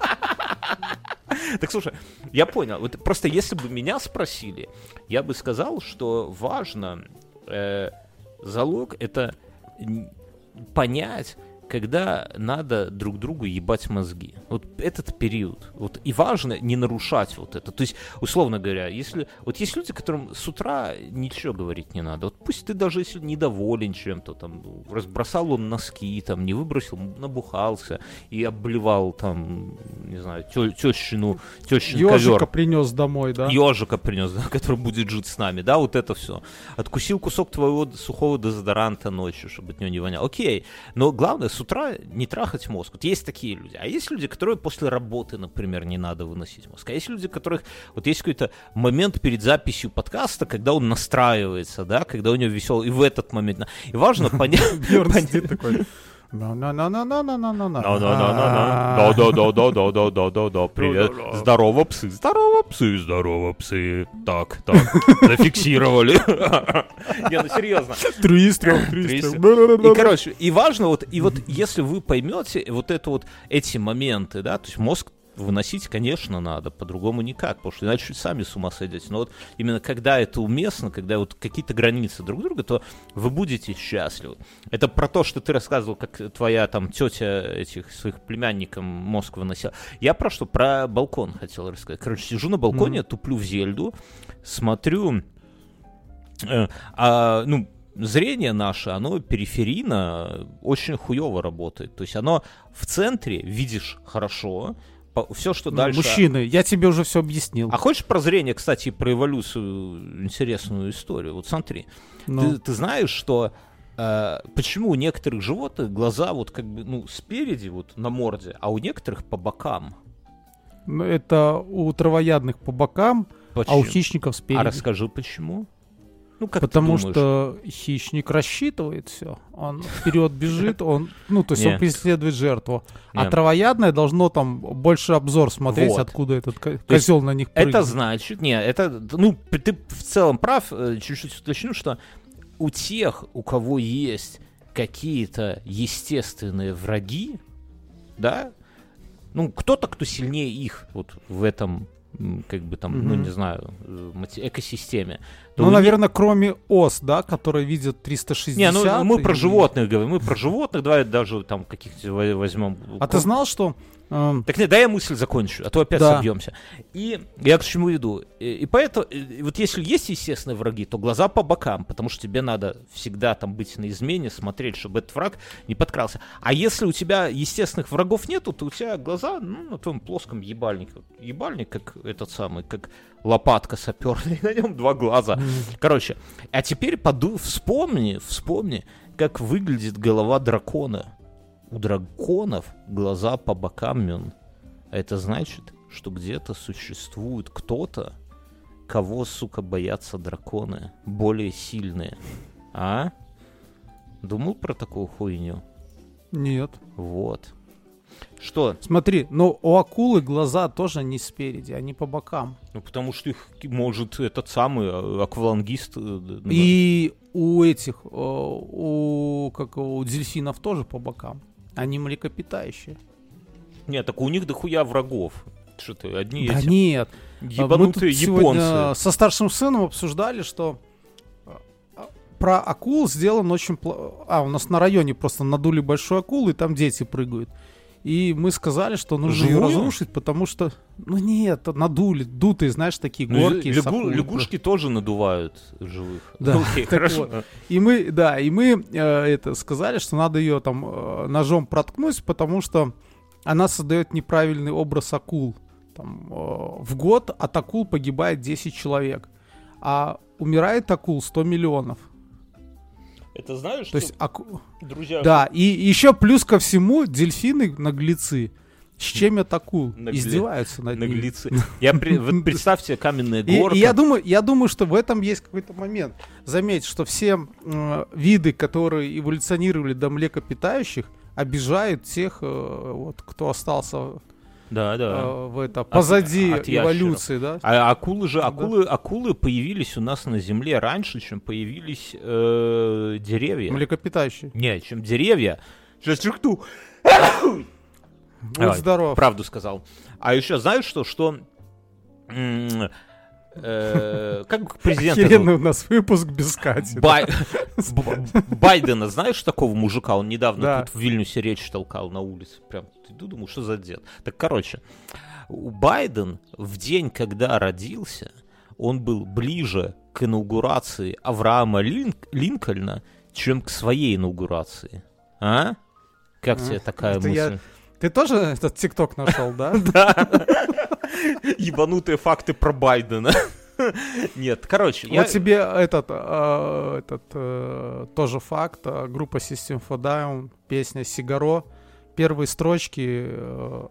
Так, слушай, я понял, вот просто если бы меня спросили, я бы сказал, что важно, э, залог — это понять, когда надо друг другу ебать мозги. Вот этот период. Вот, и важно не нарушать вот это. То есть, условно говоря, если... Вот есть люди, которым с утра ничего говорить не надо. Вот пусть ты даже если недоволен чем-то, там, разбросал он носки, там, не выбросил, набухался и обливал, там, не знаю, тё, тещину, тещин ковер. Ёжика принес домой, да? Ёжика принес, да, который будет жить с нами, да, вот это все. Откусил кусок твоего сухого дезодоранта ночью, чтобы от него не воняло. Окей, но главное с утра не трахать мозг. Вот есть такие люди. А есть люди, которые после работы, например, не надо выносить мозг. А есть люди, которых... Вот есть какой-то момент перед записью подкаста, когда он настраивается, да, когда у него веселый... И в этот момент... И важно понять... Бьерн сидит такой... На-на-на-на-на-на-на-на-на. Да-да-да-да-да-да-да-да-да-да. Привет. Здорово, псы. Здорово, псы. Здорово, псы. Так, так. Зафиксировали. Не, ну серьезно. Три из трех, три из И, трех. короче, и важно, вот, и вот если вы поймете вот это вот, эти моменты, да, то есть мозг выносить, конечно, надо, по-другому никак, потому что иначе сами с ума сойдете. Но вот именно когда это уместно, когда вот какие-то границы друг друга, то вы будете счастливы. Это про то, что ты рассказывал, как твоя там тетя этих своих племянникам мозг выносила. Я про что? Про балкон хотел рассказать. Короче, сижу на балконе, mm-hmm. туплю в Зельду, смотрю, э, а, ну, зрение наше, оно периферийно очень хуево работает. То есть оно в центре видишь хорошо, все, что ну, дальше... Мужчины, я тебе уже все объяснил. А хочешь про зрение, кстати, про эволюцию интересную историю? Вот смотри, ты, ты знаешь, что э, почему у некоторых животных глаза вот как бы, ну, спереди, вот на морде, а у некоторых по бокам? Ну, это у травоядных по бокам, почему? А у хищников спереди. А расскажи, почему? Ну, как Потому что хищник рассчитывает все. Он вперед бежит, он, ну, то есть он преследует жертву. А травоядное должно там больше обзор смотреть, вот. Откуда этот козел на них прыгает. Это значит, не, это, ну, ты в целом прав, чуть-чуть уточню, что у тех, у кого есть какие-то естественные враги, да, ну, кто-то, кто сильнее их вот в этом, как бы там, mm-hmm. ну, не знаю, экосистеме. Ну, наверное, них... кроме ос, да, которые видят триста шестьдесят. Не, ну мы и... про животных говорим, мы про животных, давай даже там каких-то возьмем. А ты знал, что... Э... Так нет, дай я мысль закончу, а то опять да. собьемся. И я к чему веду? И, и поэтому, и вот если есть естественные враги, то глаза по бокам, потому что тебе надо всегда там быть на измене, смотреть, чтобы этот враг не подкрался. А если у тебя естественных врагов нету, то у тебя глаза, ну, на твоем плоском ебальнике. Ебальник, как этот самый, как лопатка саперная, на нем два глаза. Короче, а теперь поду, вспомни, вспомни, как выглядит голова дракона. У драконов глаза по бокам, мён. А это значит, что где-то существует кто-то, кого, сука, боятся драконы, более сильные. А? Думал про такую хуйню? Нет. Вот. Что? Смотри, но у акулы глаза тоже не спереди, они по бокам. Ну, потому что их может этот самый аквалангист... И да. у этих, у, как, у дельфинов тоже по бокам. Они млекопитающие. Нет, так у них дохуя врагов. Что ты, одни да эти... нет. Ебанутые японцы. Со старшим сыном обсуждали, что про акул сделан очень... Пл... А, у нас на районе просто надули большую акулу, и там дети прыгают. И мы сказали, что нужно Живую? ее разрушить, потому что... Ну нет, надули, дутые, знаешь, такие ну, горки. Лягу... Лягушки тоже надувают живых. Да, окей, хорошо. Вот. И мы, да, и мы э, это сказали, что надо ее там э, ножом проткнуть, потому что она создает неправильный образ акул. Там, э, в год от акул погибает десять человек. а умирает акул сто миллионов. Это знаешь, То есть, аку... друзья... Да, и еще плюс ко всему дельфины наглецы щемят акул, Нагли... издеваются над ними. Наглецы. Я при... вот представьте, каменная И, горка. и я думаю, я думаю, что в этом есть какой-то момент. Заметь, что все э, виды, которые эволюционировали до млекопитающих, обижают тех, э, вот, кто остался Да, да. э, в это позади от эволюции, да? А акулы же, Да. акулы, акулы появились у нас на Земле раньше, чем появились э, деревья. Млекопитающие. Не, чем деревья. Сейчас черту. Будь Ой, здоров. Правду сказал. А еще знаешь что, что м, э, как президент Охеренный у нас выпуск без Кати. Бай- Б- Байдена, знаешь такого мужика? Он недавно Да. тут в Вильнюсе речь толкал на улице. Прям, ты думал, что за дед? Так, короче, у Байден в день, когда родился, он был ближе к инаугурации Авраама Линк- Линкольна, чем к своей инаугурации. А? Как А, тебе такая это мысль? я- Ты тоже этот ТикТок нашел, да? Да. Ебанутые факты про Байдена. Нет, короче, я... Вот тебе этот, э, этот э, тоже факт. э, Группа System of a Down, песня «Сигаро». Первые строчки э,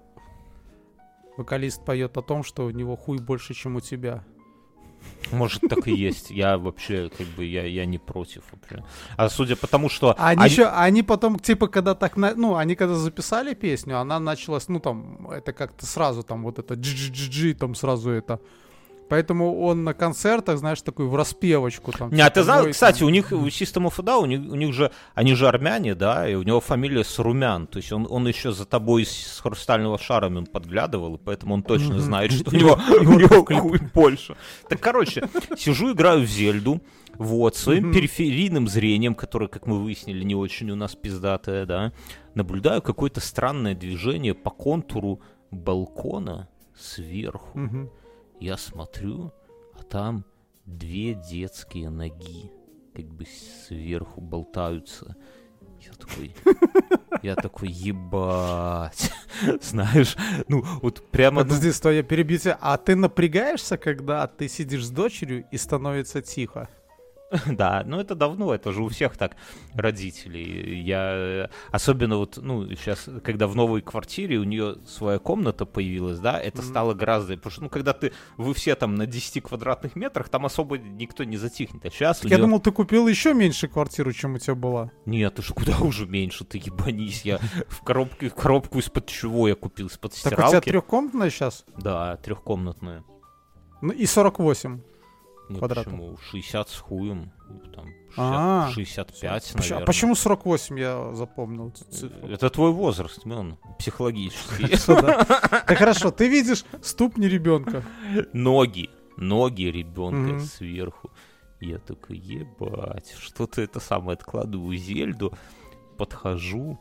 вокалист поет о том, что у него хуй больше, чем у тебя. Может, так и есть. Я вообще, как бы, я, я не против вообще. А судя по тому, что... А они, они- еще, они потом, типа, когда так, на- ну, они когда записали песню, она началась, ну, там, это как-то сразу, там, вот это джи-джи-джи, там, сразу это. Поэтому он на концертах, знаешь, такой в распевочку там. Не, а типа, ты знал, «Мой», кстати, там. у них, у System of a Down, у них, у них же, они же армяне, да, и у него фамилия Сарумян, то есть он, он еще за тобой с, с хрустального шара он подглядывал, и поэтому он точно Мгм. знает, что у И него, вот- и у вот него клип. хуй больше. Так, короче, сижу, играю в Зельду, вот, своим Мгм. периферийным зрением, которое, как мы выяснили, не очень у нас пиздатое, да, наблюдаю какое-то странное движение по контуру балкона сверху. Мгм. Я смотрю, а там две детские ноги как бы сверху болтаются. Я такой, я такой, ебать. Знаешь, ну вот прямо... ну, Подожди, стой, я перебью тебя. А ты напрягаешься, когда ты сидишь с дочерью и становится тихо? Да, ну это давно, это же у всех так, родителей. Я э, особенно вот, ну, сейчас, когда в новой квартире у нее своя комната появилась, да, это Мгм. стало гораздо... Потому что, ну, когда ты, вы все там на десяти квадратных метрах, там особо никто не затихнет. А сейчас у Я неё- думал, ты купил еще меньше квартиру, чем у тебя была. Нет, ты же куда уже меньше, ты ебанись. Я в коробке, коробку из-под чего я купил? Из-под Так у тебя стиралки? трехкомнатная сейчас? Да, трехкомнатная. Ну и сорок восемь. Ну, Квадратов. почему? шестьдесят с хуем. Там, А. шестьдесят, шестьдесят пять, Почему, наверное. а почему сорок восемь я запомнил эту цифру? Это твой возраст, он психологический. Хорошо, да. Да хорошо, ты видишь ступни ребенка. Ноги, ноги ребенка Мгм. сверху. Я такой, ебать, что-то это самое, откладываю Зельду, подхожу,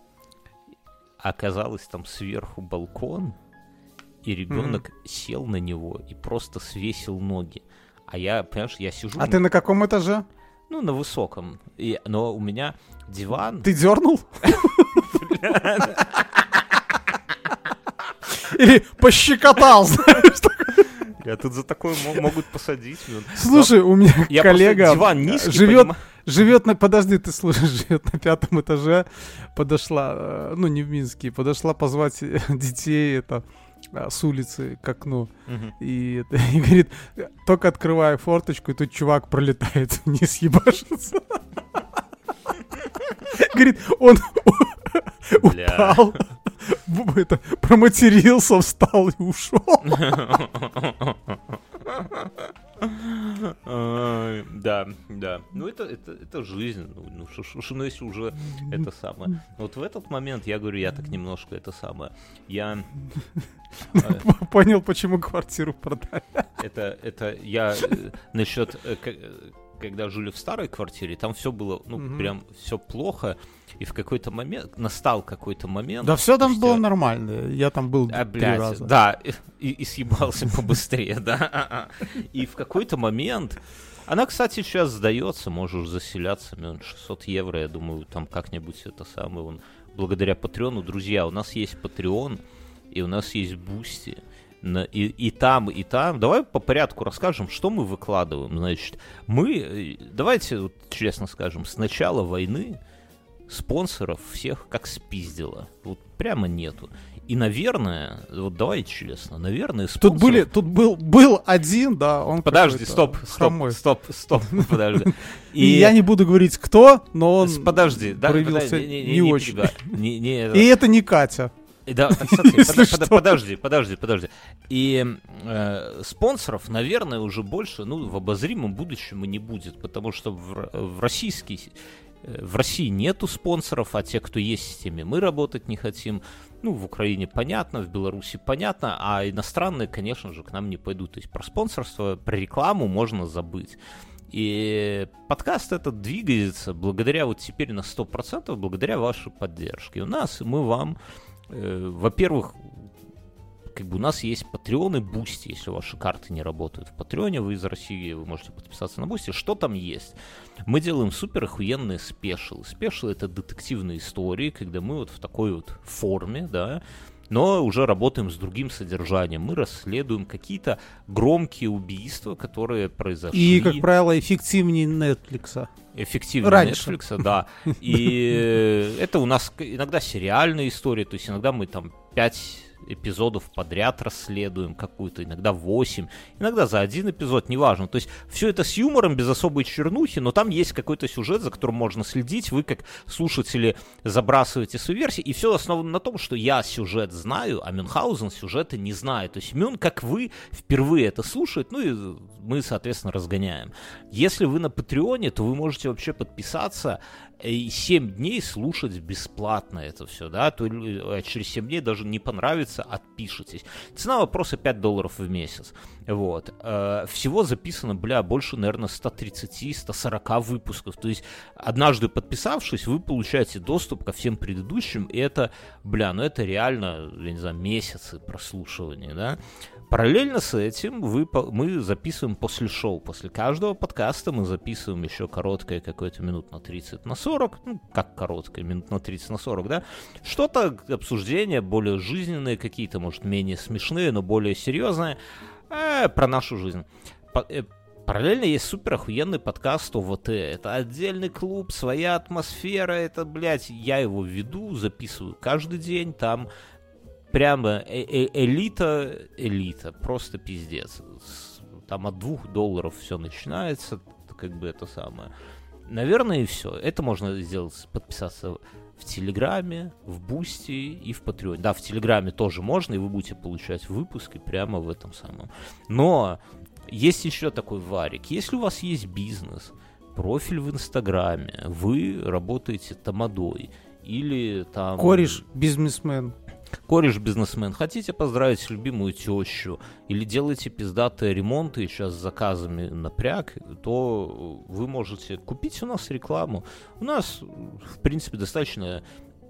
оказалось там сверху балкон, и ребенок сел на него и просто свесил ноги. А я, понимаешь, я сижу, А ты на каком этаже? ну, на высоком, и, но у меня диван... Ты дернул? Или пощекотал, знаешь? Я тут за такое мо- могут посадить. блин. Слушай, у меня Я коллега просто диван низкий, живет, понима- живет на, подожди, ты слушай, живет на пятом этаже, подошла, э, ну не в Минске, подошла позвать э, детей это э, с улицы к окну Мгм. и, это, и говорит, только открываю форточку, и тут чувак пролетает вниз, ебашится. Говорит, он Бля. упал, б- это, проматерился, встал и ушел. Ай, Да, да. Ну, это, это, это жизнь. Ну, ну, шо- шо- шо, ну, если уже это самое. Вот в этот момент я говорю, я так немножко это самое. Я... э, Понял, почему квартиру продали. Это, это я э, насчет, э, к- э, когда жили в старой квартире, там все было, ну, Мгм. прям все плохо, и в какой-то момент, настал какой-то момент... Да все там спустя- было нормально. Я там был А, три блядь, раза. да, и, и съебался побыстрее, да. И в какой-то момент... Она, кстати, сейчас сдается, можешь заселяться, миллион шестьсот евро, я думаю, там как-нибудь это самое, он, благодаря Патреону. Друзья, у нас есть Патреон, и у нас есть Бусти. И, и там, и там. Давай по порядку расскажем, что мы выкладываем. Значит, мы, давайте вот, честно скажем, с начала войны спонсоров всех как спиздило. Вот прямо нету. И, наверное, вот давайте честно, наверное, спонсоров... Тут, были, тут был, был один, да, он Подожди, стоп, стоп, стоп, стоп, подожди. И я не буду говорить, кто, но он подожди, проявился не очень. И это не Катя. Да, кстати, подожди, подожди, подожди. И э, спонсоров, наверное, уже больше, ну, в обозримом будущем и не будет, потому что в, в российский, в России нету спонсоров, а те, кто есть, с теми мы работать не хотим. Ну, в Украине понятно, в Беларуси понятно, а иностранные, конечно же, к нам не пойдут. То есть про спонсорство, про рекламу можно забыть. И подкаст этот двигается благодаря вот теперь на сто процентов, благодаря вашей поддержке. У нас, мы вам... Во-первых, как бы у нас есть Patreon и Boosty, если ваши карты не работают в Патреоне, вы из России, вы можете подписаться на Boosty. Что там есть? Мы делаем супер охуенные спешилы. Спешилы — это детективные истории, когда мы вот в такой вот форме, да, но уже работаем с другим содержанием. Мы расследуем какие-то громкие убийства, которые произошли. И, как правило, эффективнее Netflix. Эффективнее Раньше. Netflix, да. И это у нас иногда сериальные истории, то есть иногда мы там пять эпизодов подряд расследуем какую-то, иногда восемь, иногда за один эпизод, неважно. То есть все это с юмором, без особой чернухи, но там есть какой-то сюжет, за которым можно следить, вы как слушатели забрасываете свои версии, и все основано на том, что я сюжет знаю, а Мюнхгаузен сюжета не знает. То есть Мюн, как вы, впервые это слушает, ну и мы, соответственно, разгоняем. Если вы на Патреоне, то вы можете вообще подписаться и семь дней слушать бесплатно это все, да, то через семь дней даже не понравится, отпишитесь. Цена вопроса пять долларов в месяц. Вот. Всего записано, бля, больше, наверное, сто тридцать - сто сорок выпусков. То есть, однажды подписавшись, вы получаете доступ ко всем предыдущим, и это, бля, ну это реально, я не знаю, месяцы прослушивания, да. Параллельно с этим вы, мы записываем после шоу. После каждого подкаста мы записываем еще короткое какое-то минут на тридцать на сорок. Ну, как короткое, минут на тридцать на сорок, да? Что-то, обсуждения более жизненные какие-то, может, менее смешные, но более серьезные. Э, про нашу жизнь. По, э, параллельно есть супер охуенный подкаст ОВТ. Это отдельный клуб, своя атмосфера. Это, блядь, я его веду, записываю каждый день. Там... Прямо э- э- элита, элита, просто пиздец. Там от двух долларов все начинается, как бы это самое. Наверное, и все. Это можно сделать, подписаться в Телеграме, в Бусти и в Патреоне. Да, в Телеграме тоже можно, и вы будете получать выпуски прямо в этом самом. Но есть еще такой варик. Если у вас есть бизнес, профиль в Инстаграме, вы работаете тамадой, или там... Кореш, бизнесмен. Кореш-бизнесмен, хотите поздравить любимую тещу или делаете пиздатые ремонты сейчас с заказами напряг, то вы можете купить у нас рекламу. У нас, в принципе, достаточно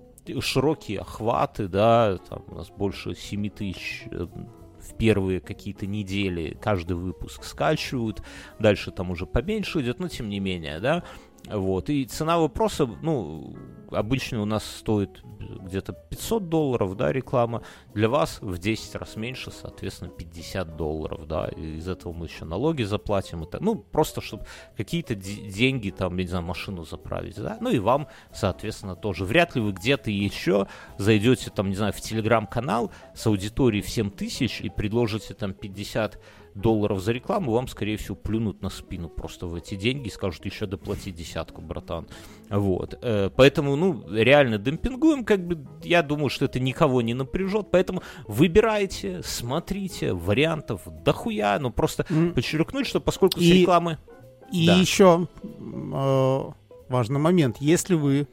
широкие охваты, да, там у нас больше семь тысяч в первые какие-то недели каждый выпуск скачивают, дальше там уже поменьше идет, но тем не менее, да. Вот, и цена вопроса, ну, обычно у нас стоит где-то пятьсот долларов, да, реклама, для вас в десять раз меньше, соответственно, пятьдесят долларов, да, и из этого мы еще налоги заплатим, это, ну, просто, чтобы какие-то д- деньги, там, я не знаю, машину заправить, да, ну, и вам, соответственно, тоже. Вряд ли вы где-то еще зайдете, там, не знаю, в телеграм-канал с аудиторией в семь тысяч и предложите, там, пятьдесят долларов за рекламу, вам, скорее всего, плюнут на спину просто в эти деньги и скажут, еще доплати десятку, братан. Вот. Э, поэтому, ну, реально демпингуем, как бы, я думаю, что это никого не напряжет, поэтому выбирайте, смотрите, вариантов дохуя, ну, просто mm. подчеркнуть, что поскольку и, с рекламы... И да. еще э, важный момент, если вы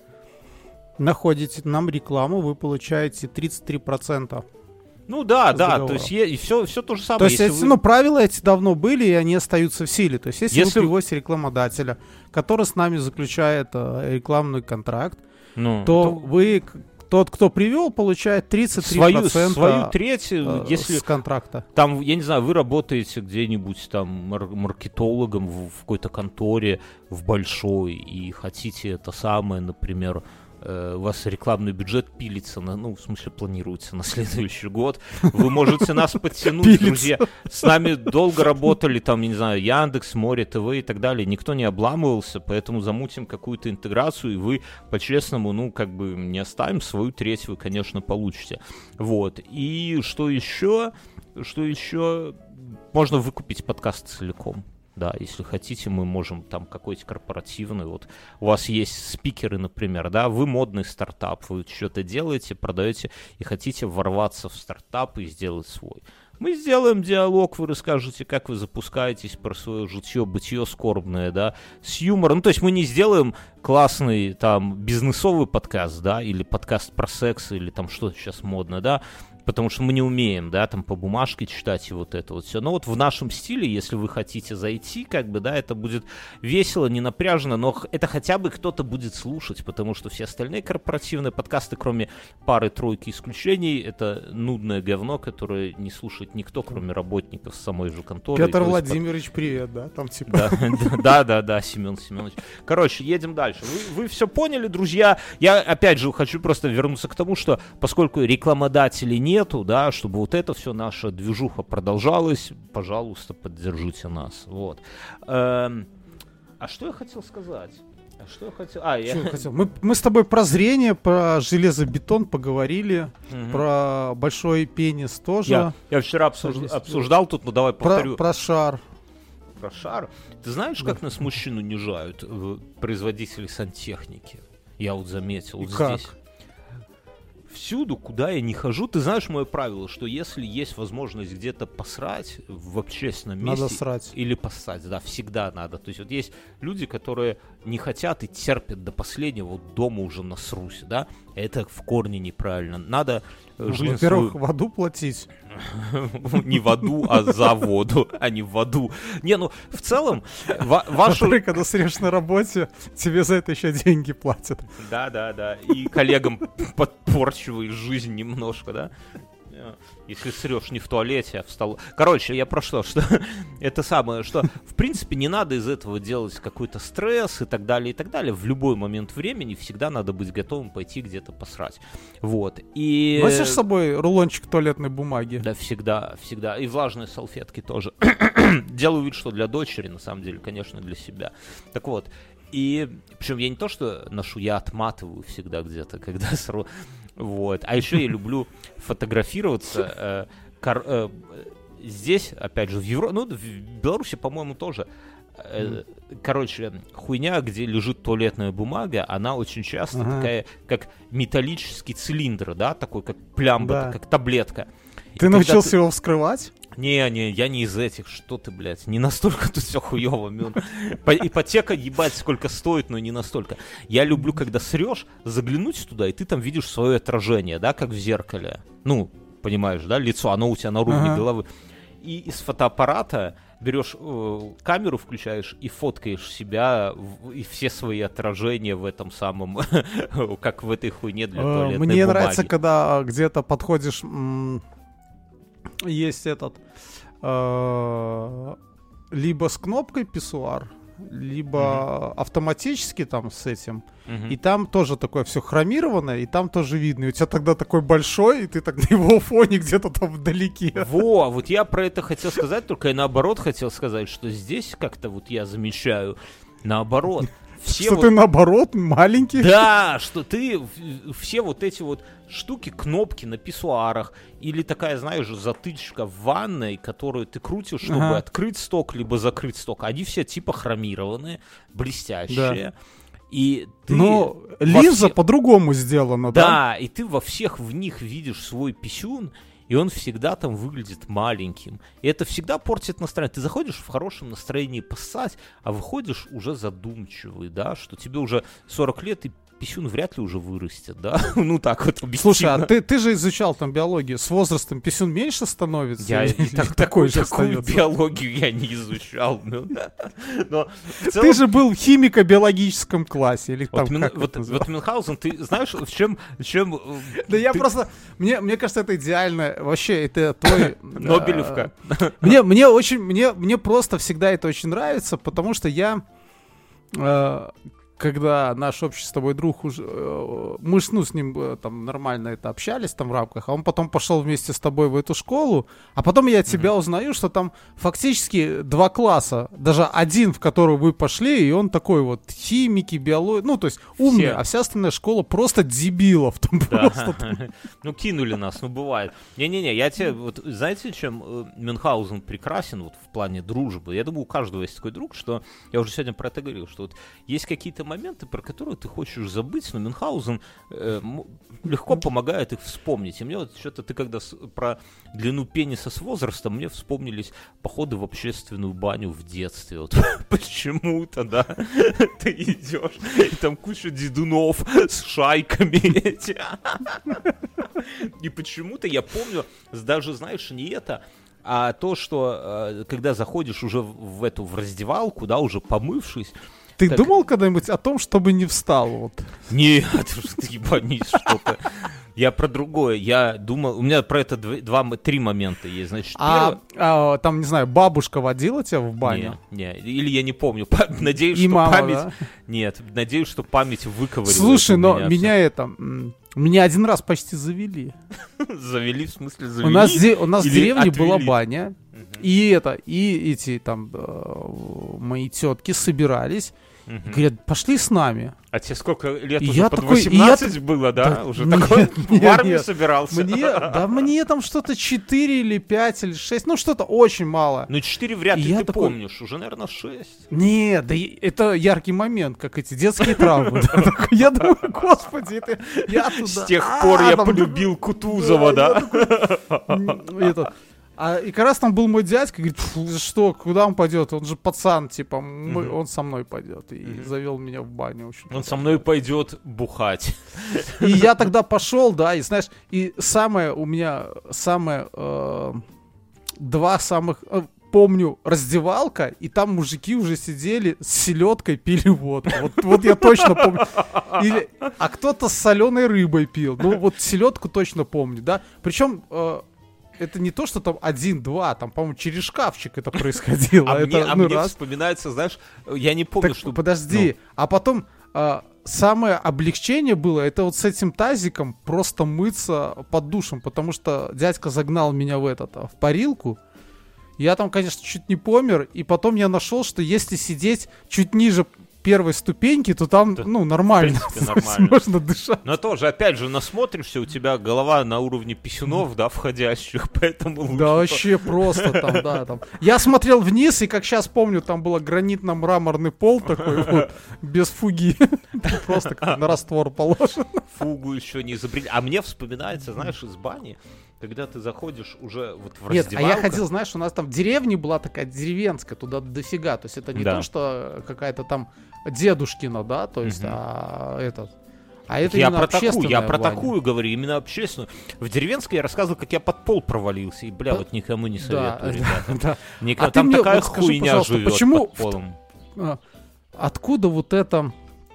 находите нам рекламу, вы получаете тридцать три процента. Ну да, да, договора. То есть и все, все то же самое. То есть, если, вы... ну, правила эти давно были, и они остаются в силе. То есть, если, если... вы привозите рекламодателя, который с нами заключает э, рекламный контракт, ну, то, то вы, тот, кто привел, получает тридцать три процента свою, свою треть, э, если с контракта. Там, я не знаю, вы работаете где-нибудь там мар- маркетологом в, в какой-то конторе, в большой, и хотите это самое, например, э, у вас рекламный бюджет пилится, на, ну, в смысле, планируется на следующий год, вы можете нас подтянуть, друзья. С нами долго работали, там, не знаю, Яндекс, Море ТВ и так далее. Никто не обламывался, поэтому замутим какую-то интеграцию, и вы, по-честному, ну, как бы не оставим, свою треть вы, конечно, получите. Вот. И что еще? Что еще? Можно выкупить подкаст целиком. Да, если хотите, мы можем там какой-то корпоративный, вот у вас есть спикеры, например, да, вы модный стартап, вы что-то делаете, продаете и хотите ворваться в стартап и сделать свой. Мы сделаем диалог, вы расскажете, как вы запускаетесь, про свое житье, бытие скорбное, да, с юмором. Ну, то есть мы не сделаем классный там бизнесовый подкаст, да, или подкаст про секс, или там что-то сейчас модно, да, потому что мы не умеем, да, там по бумажке читать и вот это вот все. Но вот в нашем стиле, если вы хотите зайти, как бы, да, это будет весело, не напряженно, но это хотя бы кто-то будет слушать, потому что все остальные корпоративные подкасты, кроме пары-тройки исключений, это нудное говно, которое не слушает никто, кроме работников самой же конторы. Петр Владимирович, привет, да, там типа... Да, да, да, Семен Семенович. Короче, едем дальше. Вы, вы все поняли, друзья? Я, опять же, хочу просто вернуться к тому, что поскольку рекламодателей нету, да, чтобы вот это все наша движуха продолжалась, пожалуйста, поддержите нас. Вот. Эм, а что я хотел сказать? А что я хотел? А, я... Что я хотел? Мы, мы с тобой про зрение, про железобетон поговорили, Угу. про большой пенис тоже. Я, я вчера обсуж... обсуждал тут, ну давай повторю. Про, про шар. Про шар. Ты знаешь, Да. как нас мужчин унижают э, производители сантехники? Я вот заметил. И Вот как? здесь. Всюду, куда я не хожу, ты знаешь мое правило, что если есть возможность где-то посрать в общественном месте... Надо срать. Или поссать, да, всегда надо. То есть вот есть люди, которые не хотят и терпят до последнего, вот дома уже насрусь, да? Это в корне неправильно. Надо Ну, жизнь во-первых, свою... в аду платить. Не в аду, а за воду, а не в аду. Не, ну, в целом, ва- вашу... Во-вторых, когда срешь на работе, тебе за это еще деньги платят. Да, да, да. И коллегам подпорчиваешь жизнь немножко, да? Если срешь не в туалете, а в столу. Короче, я про что? Что это самое, что в принципе не надо из этого делать какой-то стресс и так далее, и так далее. В любой момент времени всегда надо быть готовым пойти где-то посрать. Вот. И... Носишь с собой рулончик туалетной бумаги? Да, всегда, всегда. И влажные салфетки тоже. Делаю вид, что для дочери, на самом деле, конечно, для себя. Так вот. И причем я не то, что ношу, я отматываю всегда где-то, когда сру. Вот. А еще я люблю фотографироваться. Э, кор, э, здесь, опять же, в Европе, ну, в Беларуси, по-моему, тоже. Э, короче, хуйня, где лежит туалетная бумага, она очень часто ага. такая, как металлический цилиндр, да, такой, как плямба, Да. как таблетка. Ты И научился ты... его вскрывать? Не, не, я не из этих, что ты, блядь, не настолько тут все хуёво. Ипотека, ебать, сколько стоит, но не настолько. Я люблю, когда срешь, заглянуть туда, и ты там видишь свое отражение, да, как в зеркале. Ну, понимаешь, да, лицо, оно у тебя на уровне Ага. головы. И из фотоаппарата берешь э, камеру, включаешь и фоткаешь себя в, и все свои отражения в этом самом, как в этой хуйне для туалетной бумаги. Мне нравится, когда где-то подходишь... Есть этот э, либо с кнопкой писсуар, либо mm-hmm. автоматически там с этим. Mm-hmm. И там тоже такое все хромированное, и там тоже видно. И у тебя тогда такой большой, и ты так на его фоне где-то там вдалеке. Во, вот я про это хотел сказать, только я наоборот хотел сказать, что здесь как-то вот я замечаю наоборот. Все что вот... ты наоборот маленький. Да, что ты все вот эти вот штуки, кнопки на писсуарах или такая, знаешь, затычка в ванной, которую ты крутишь, чтобы ага. открыть сток либо закрыть сток, они все типа хромированные, блестящие. Да. И ты Но линза все... по-другому сделана, да? Да, и ты во всех в них видишь свой писюн, и он всегда там выглядит маленьким. И это всегда портит настроение. Ты заходишь в хорошем настроении поссать, а выходишь уже задумчивый, да, что тебе уже сорок лет, и писюн вряд ли уже вырастет, да? Ну так вот объективно. Слушай, а ты, ты же изучал там биологию. С возрастом писюн меньше становится? Я или, так, или такой же такую остается? биологию я не изучал. Ну, но в целом... Ты же был в химико-биологическом классе. Или там, Вот, Мюн... как вот, это вот Мюнхгаузен, ты знаешь, в чем... В чем да я ты... просто... Мне, мне кажется, это идеально. Вообще, это твой... Нобелевка. Мне, мне очень... Мне, мне просто всегда это очень нравится, потому что я... когда наш общий с тобой друг уже... э, Мы ж, ну, с ним э, там нормально это общались там в рамках, а он потом пошел вместе с тобой в эту школу, а потом я от тебя узнаю, что там фактически два класса, даже один, в который вы пошли, и он такой вот химики, биологии, ну, то есть умный, Все. а вся остальная школа просто дебилов. Там Да. просто там. Ну, кинули нас, ну, бывает. Не-не-не, я тебе, вот, знаете, чем э, Мюнхгаузен прекрасен вот в плане дружбы? Я думаю, у каждого есть такой друг, что, я уже сегодня про это говорил, что вот есть какие-то моменты, про которые ты хочешь забыть, но Мюнхгаузен э, м- легко помогает их вспомнить. И мне вот что-то ты когда с- про длину пениса с возрастом, мне вспомнились походы в общественную баню в детстве. Вот почему-то, да, ты идешь, и там куча дедунов с шайками эти. И почему-то я помню, даже, знаешь, не это, а то, что э, когда заходишь уже в, в эту, в раздевалку, да, уже помывшись. Ты Так. думал когда-нибудь о том, чтобы не встал? Вот? Нет, ты ебанись что-то. Я про другое. Я думал, у меня про это дв- два, м- три момента есть. Значит, А, а, там, не знаю, бабушка водила тебя в баню? Не, не, или я не помню. Па- Надеюсь, И что мама, память... да? Нет, надеюсь, что память выковырила. Слушай, это у но меня меня это... м, Меня один раз почти завели. всё. Завели, в смысле завели? У нас, де- у нас в или деревне была отвели? баня. И это, и эти там э, мои тетки собирались. Мгм. И говорят, пошли с нами. А тебе сколько лет И уже? я Под такой- и я восемнадцать так- было, да? Да Уже нет, такой нет, в армию нет. собирался? Мне, да мне там что-то четыре или пять или шесть, ну что-то очень мало. Ну, четыре вряд И ли я ты такой- помнишь. Уже, наверное, шесть. Нет, да и- это яркий момент, как эти детские травмы. Да, такой, я думаю, господи, это я туда. С тех а, пор я там- полюбил Кутузова, Да, да? я такой, м, это, А, и как раз там был мой дядька, говорит, «Фу, что, куда он пойдет? Он же пацан, типа, мы- Мгм. он со мной пойдет. И Мгм. завел меня в баню. В общем. Он со мной пойдет бухать. И я тогда пошел, да, и знаешь, и самое у меня, самое, э, два самых, э, помню, раздевалка, и там мужики уже сидели с селедкой, пили водку. Вот, вот я точно помню. Или, а кто-то с соленой рыбой пил. Ну, вот селедку точно помню, да. Причем э, это не то, что там один-два, там, по-моему, через шкафчик это происходило. А это, мне, а ну, мне раз. вспоминается, знаешь, я не помню, Так, что... подожди, а потом а, самое облегчение было, это вот с этим тазиком просто мыться под душем, потому что дядька загнал меня в этот, а, в парилку. Я там, конечно, чуть не помер, и потом я нашел, что если сидеть чуть ниже первой ступеньки, то там, Да, ну, нормально. в принципе, нормально. Можно дышать. Но тоже, опять же, насмотришься, у тебя голова на уровне писюнов, да, входящих, поэтому лучше... Да по- вообще просто там, да, там. Я смотрел вниз, и как сейчас помню, там был гранитно-мраморный пол такой вот, без фуги. Просто как на раствор положен. Фугу еще не изобрели. А мне вспоминается, знаешь, из бани, когда ты заходишь уже вот в Нет, а я раздевалку. ходил, знаешь, у нас там в деревне была такая деревенская, туда дофига. То есть это не Да. то, что какая-то там дедушкина, да, то есть, Мгм. а этот... А это я именно про такую, я общественная про баня. такую говорю, именно общественную. В деревенской я рассказывал, как я под пол провалился, и, бля, По- вот никому не Да, советую, ребята. да, да. Никому- А ты там мне такая вот скажи, хуйня пожалуйста, живет почему под в- полом. А, Откуда вот эта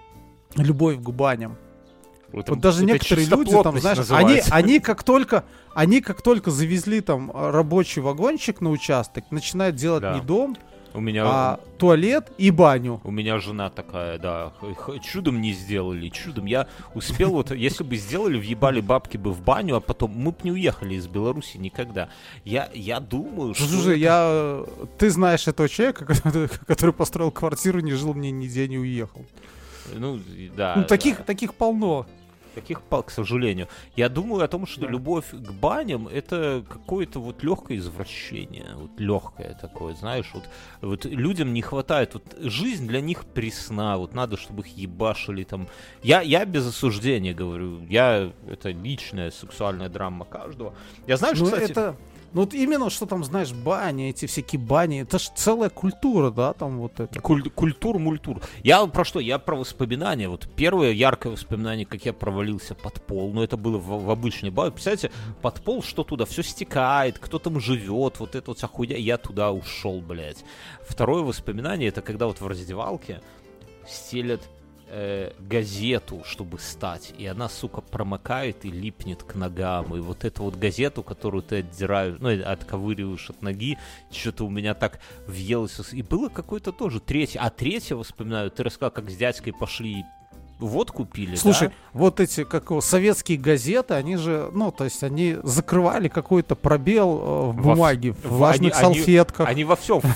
любовь к баням? Это- Вот даже это некоторые люди там, чистоплотность знаешь, они, называется. они как только, они как только завезли там а, рабочий вагончик на участок, начинают делать Да. не дом, У меня, а туалет и баню. у меня жена такая, да, х- х- чудом не сделали, чудом. Я успел вот, если бы сделали, въебали бабки бы в баню, а потом мы бы не уехали из Беларуси никогда. Я, я думаю, что... Слушай, это- я, э, ты знаешь этого человека, который, который построил квартиру, не жил мне нигде, не уехал. Ну, и- да. Ну, таких, да. таких полно. Таких, пал- к сожалению. Я думаю о том, что Да. любовь к баням это какое-то вот легкое извращение. Вот легкое такое, знаешь, вот, вот людям не хватает. Вот жизнь для них пресна. Вот надо, чтобы их ебашили там. Я, я без осуждения говорю. Я это личная сексуальная драма каждого. Я знаю, что, Ну, кстати, это, ну, вот именно, что там, знаешь, бани, эти всякие бани, это же целая культура, да, там вот это. Куль- культур-мультур. Я про что? Я про воспоминания. Вот первое яркое воспоминание, как я провалился под пол. Ну, это было в, в обычной бане. Представляете, под пол, что туда? Все стекает, кто там живет, вот это вот вся хуйня. Я туда ушел, блядь. Второе воспоминание, это когда вот в раздевалке стелят э, газету, чтобы стать, и она, сука, промокает и липнет к ногам. И вот эту вот газету, которую ты отдираешь, ну, отковыриваешь от ноги, что-то у меня так въелось. И было какое-то тоже третье. А третье, вспоминаю, ты рассказал, как с дядькой пошли водку пили, Слушай, да? вот эти, как его, советские газеты, они же, ну, то есть они закрывали какой-то пробел э, в Во- бумаге, в в- влажных они- они- салфетках. Они во всем,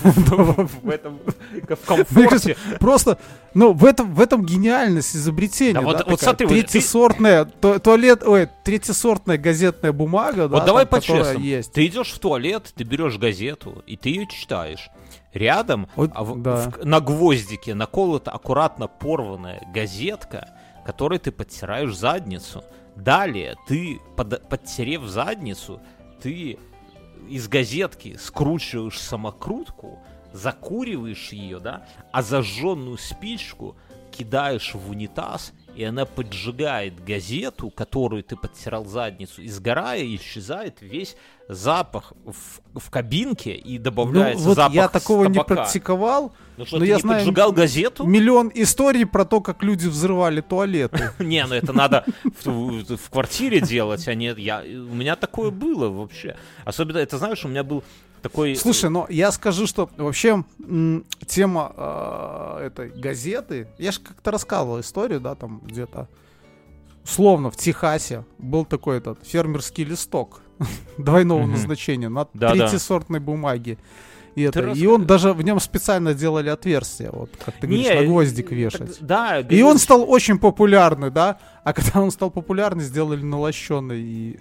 в этом, в комфорте. Просто, ну, в этом, в этом гениальность изобретения. Да вот- да, вот такая смотри, вот ты- третьесортная, ту- туалет, ой, третьесортная газетная бумага, Вот да, давай там, которая по-честному. есть. Ты идешь в туалет, ты берешь газету, и ты ее читаешь. Рядом Вот, а в- да. в- на гвоздике наколота аккуратно порванная газетка, которой ты подтираешь задницу. Далее ты, под- подтерев задницу, ты из газетки скручиваешь самокрутку, закуриваешь ее, да, а зажженную спичку кидаешь в унитаз, и она поджигает газету, которую ты подтирал задницу, и сгорая, исчезает весь запах в, в кабинке, и Ну, добавляется вот запах я такого не табака. практиковал. Ну что, но ты я не знаю поджигал газету? Миллион историй про то, как люди взрывали туалеты. Не, ну это надо в, в- в квартире делать, а не я. У меня такое было вообще. Особенно, это знаешь, у меня был такой. Слушай, но я скажу, что вообще м, тема э, этой газеты, я же как-то рассказывал историю, да, там где-то условно в Техасе был такой этот фермерский листок двойного Мгм. назначения на Да-да. третьесортной бумаге. И, это, Ты и он даже в нем специально делали отверстие, вот как ты говоришь, на гвоздик так, вешать. да, И он стал очень популярный, да? А когда он стал популярный, сделали налощенный, и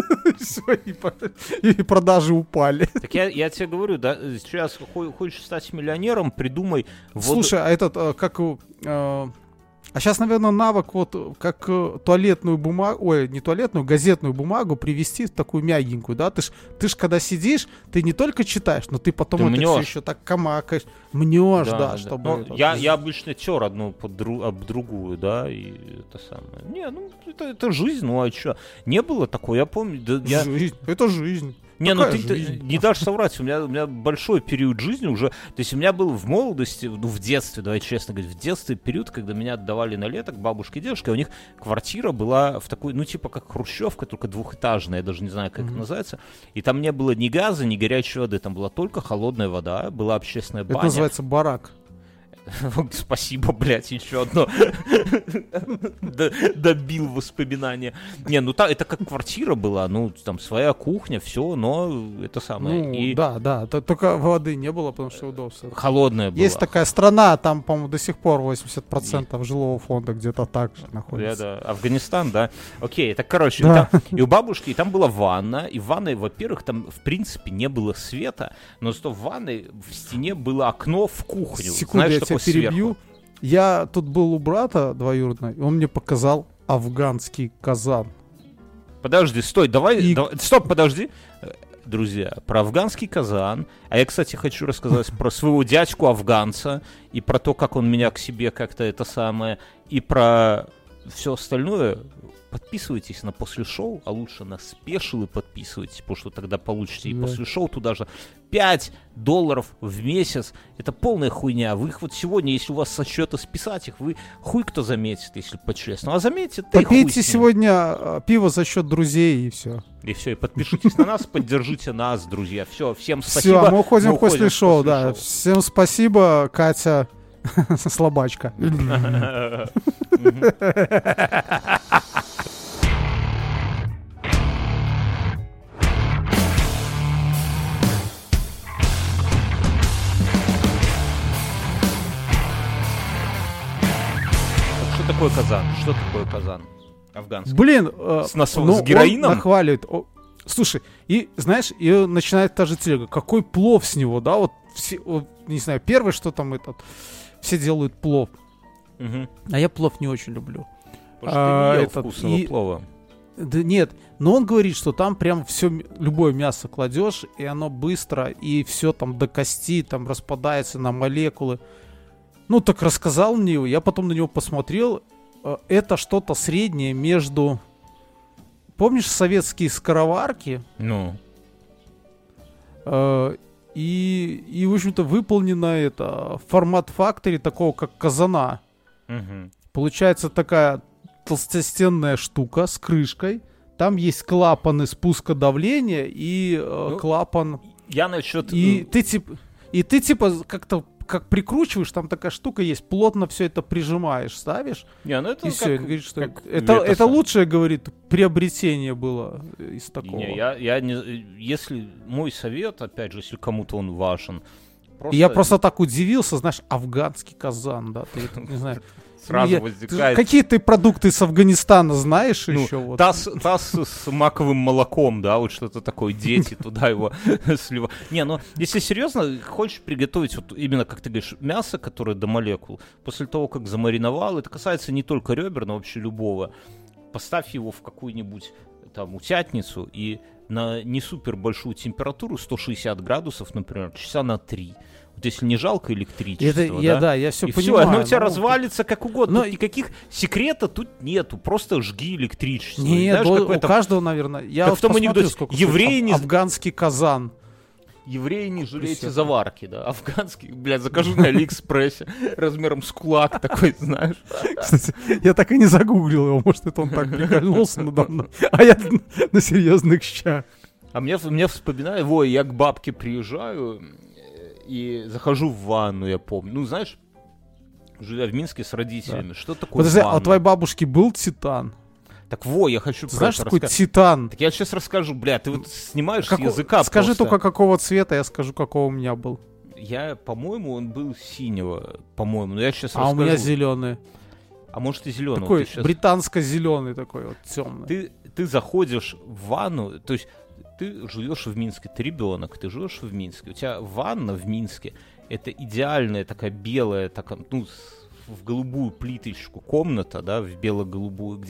всё, и по- и продажи упали. Так я, я тебе говорю, да, сейчас хо- хочешь стать миллионером, придумай. воду- Слушай, а этот, э, как... у, э, А сейчас, наверное, навык, вот, э, как э, туалетную бумагу, ой, не туалетную, газетную бумагу привести в такую мягенькую, да? Ты ж, ты ж когда сидишь, ты не только читаешь, но ты потом Ты это все мнешь. еще так камакаешь, мнешь, да, чтобы... Ну, это- я, я обычно тер одну под дру- об другую, да, и это самое. Не, ну, это, это жизнь, ну а что? Не было такого, я помню. Да, я... Жизнь, это жизнь. Не, ну Какая ты, ты жизнь? не дашь соврать, у меня, у меня большой период жизни уже, то есть у меня был в молодости, ну в детстве, давай честно говорить, в детстве период, когда меня отдавали на лето к бабушке и дедушке, а у них квартира была в такой, ну типа как хрущевка, только двухэтажная, я даже не знаю, как Мгм. это называется, и там не было ни газа, ни горячей воды, там была только холодная вода, была общественная Это баня. называется барак. Спасибо, блядь, еще одно. Д- Добил воспоминания. Не, ну та- это как квартира была, ну там своя кухня, все, но это самое. Ну, И да, да, т- только воды не было, потому что удобство. холодная была. Есть такая страна, там, по-моему, до сих пор восемьдесят процентов жилого фонда где-то так же Да, находится. да, Афганистан, да. Окей, так, короче, Да. и, там- и у бабушки, и там была ванна, и в ванной, во-первых, там, в принципе, не было света, но зато в ванной в стене было окно в кухню. Секунду, Знаешь, я тебя такое сверху. перебью. Я тут был у брата двоюродного, и он мне показал афганский казан. Подожди, стой, давай, И- давай- стоп, подожди. Э, Друзья, про афганский казан. А я, кстати, хочу рассказать про своего дядьку-афганца и про то, как он меня к себе как-то это самое, и про все остальное. Подписывайтесь на после шоу, а лучше на спешилы подписывайтесь, потому что тогда получите и Да. после шоу туда же пять долларов в месяц. Это полная хуйня. Вы их вот сегодня, если у вас со счета списать их, вы хуй кто заметит, если по-честному. А заметит, ты хуй Попейте с ним. сегодня э, пиво за счет друзей, и все. И все, и подпишитесь на нас, поддержите нас, друзья. Все, всем Все, спасибо. мы уходим Мы после уходим шоу, после да. шоу. Всем спасибо, Катя, слабачка. Мгм. Что такое казан? Что такое казан? Афганский. Блин, э, С нас- ну, с героином? он нахваливает. О, слушай, и знаешь, и начинает та же телега. Какой плов с него, да? Вот все, вот, не знаю, первое, что там этот, все делают плов. Мгм. А я плов не очень люблю. Потому что А, ты не ел этот, вкусного и- плова. Да нет, но он говорит, что там прям все, любое мясо кладешь, и оно быстро, и все там до кости, там распадается на молекулы. Ну, так рассказал мне, его, я потом на него посмотрел. Э, Это что-то среднее между... Помнишь советские скороварки? Ну. Э, И, и, в общем-то, выполнено это в формат фактори такого, как казана. Мгм. Получается такая толстостенная штука с крышкой. Там есть клапаны спуска давления и э, Ну, клапан. Я насчет... И ты типа, и ты типа как-то как прикручиваешь, там такая штука есть, плотно все это прижимаешь, ставишь. Не, ну это И как, все, говорит, что как это, это это сам. лучшее, говорит, приобретение было из такого. Не, я, я не... Если мой совет, опять же, если кому-то он важен... И я просто так удивился, знаешь, афганский казан, да, ты это, не знаю. Сразу Я- возникает... ты- Какие ты продукты с Афганистана знаешь Ну, еще? Вот? Таз, таз с маковым молоком, да, вот что-то такое, дети туда его сливают. Не, ну, если серьезно, хочешь приготовить вот именно, как ты говоришь, мясо, которое до молекул, после того, как замариновал, это касается не только ребер, но вообще любого, поставь его в какую-нибудь там утятницу и на не супер большую температуру, сто шестьдесят градусов, например, часа на три. Вот если не жалко электричество, Это, я, да? да, я все И понимаю. все, оно у тебя ну, развалится как угодно. но- Тут никаких секретов тут нету. Просто жги электричество. Нет, Знаешь, бо- какой у там каждого, наверное. Я как вот в том посмотрю, анекдоте, сколько евреи стоит не- аф- афганский казан. евреи не жалейте всё. заварки, да, афганский, блядь, закажу на Алиэкспрессе размером с кулак такой, знаешь. Кстати, я так и не загуглил его, может, это он так прикольнулся надо мной. А я на- на серьезных щах. А мне, мне вспоминаю, во, я к бабке приезжаю э, и захожу в ванну, я помню. Ну, знаешь, живя в Минске с родителями, что такое Подожди, а ванна? у твоей бабушки был титан? Так во, я хочу Ты про знаешь, это такой рассказать. титан? Так я сейчас расскажу, бля, ты вот снимаешь Како- с языка Скажи просто. только, какого цвета, я скажу, какого у меня был. Я, по-моему, он был синего, по-моему, но я сейчас А у расскажу. меня зеленый. А может и зеленый. Такой Ты, щас- британско-зеленый такой вот, темный. ты, ты заходишь в ванну, то есть ты живешь в Минске, ты ребенок, ты живешь в Минске, у тебя ванна в Минске, это идеальная такая белая, такая, ну, с- в голубую плиточку комната, да, в бело-голубую,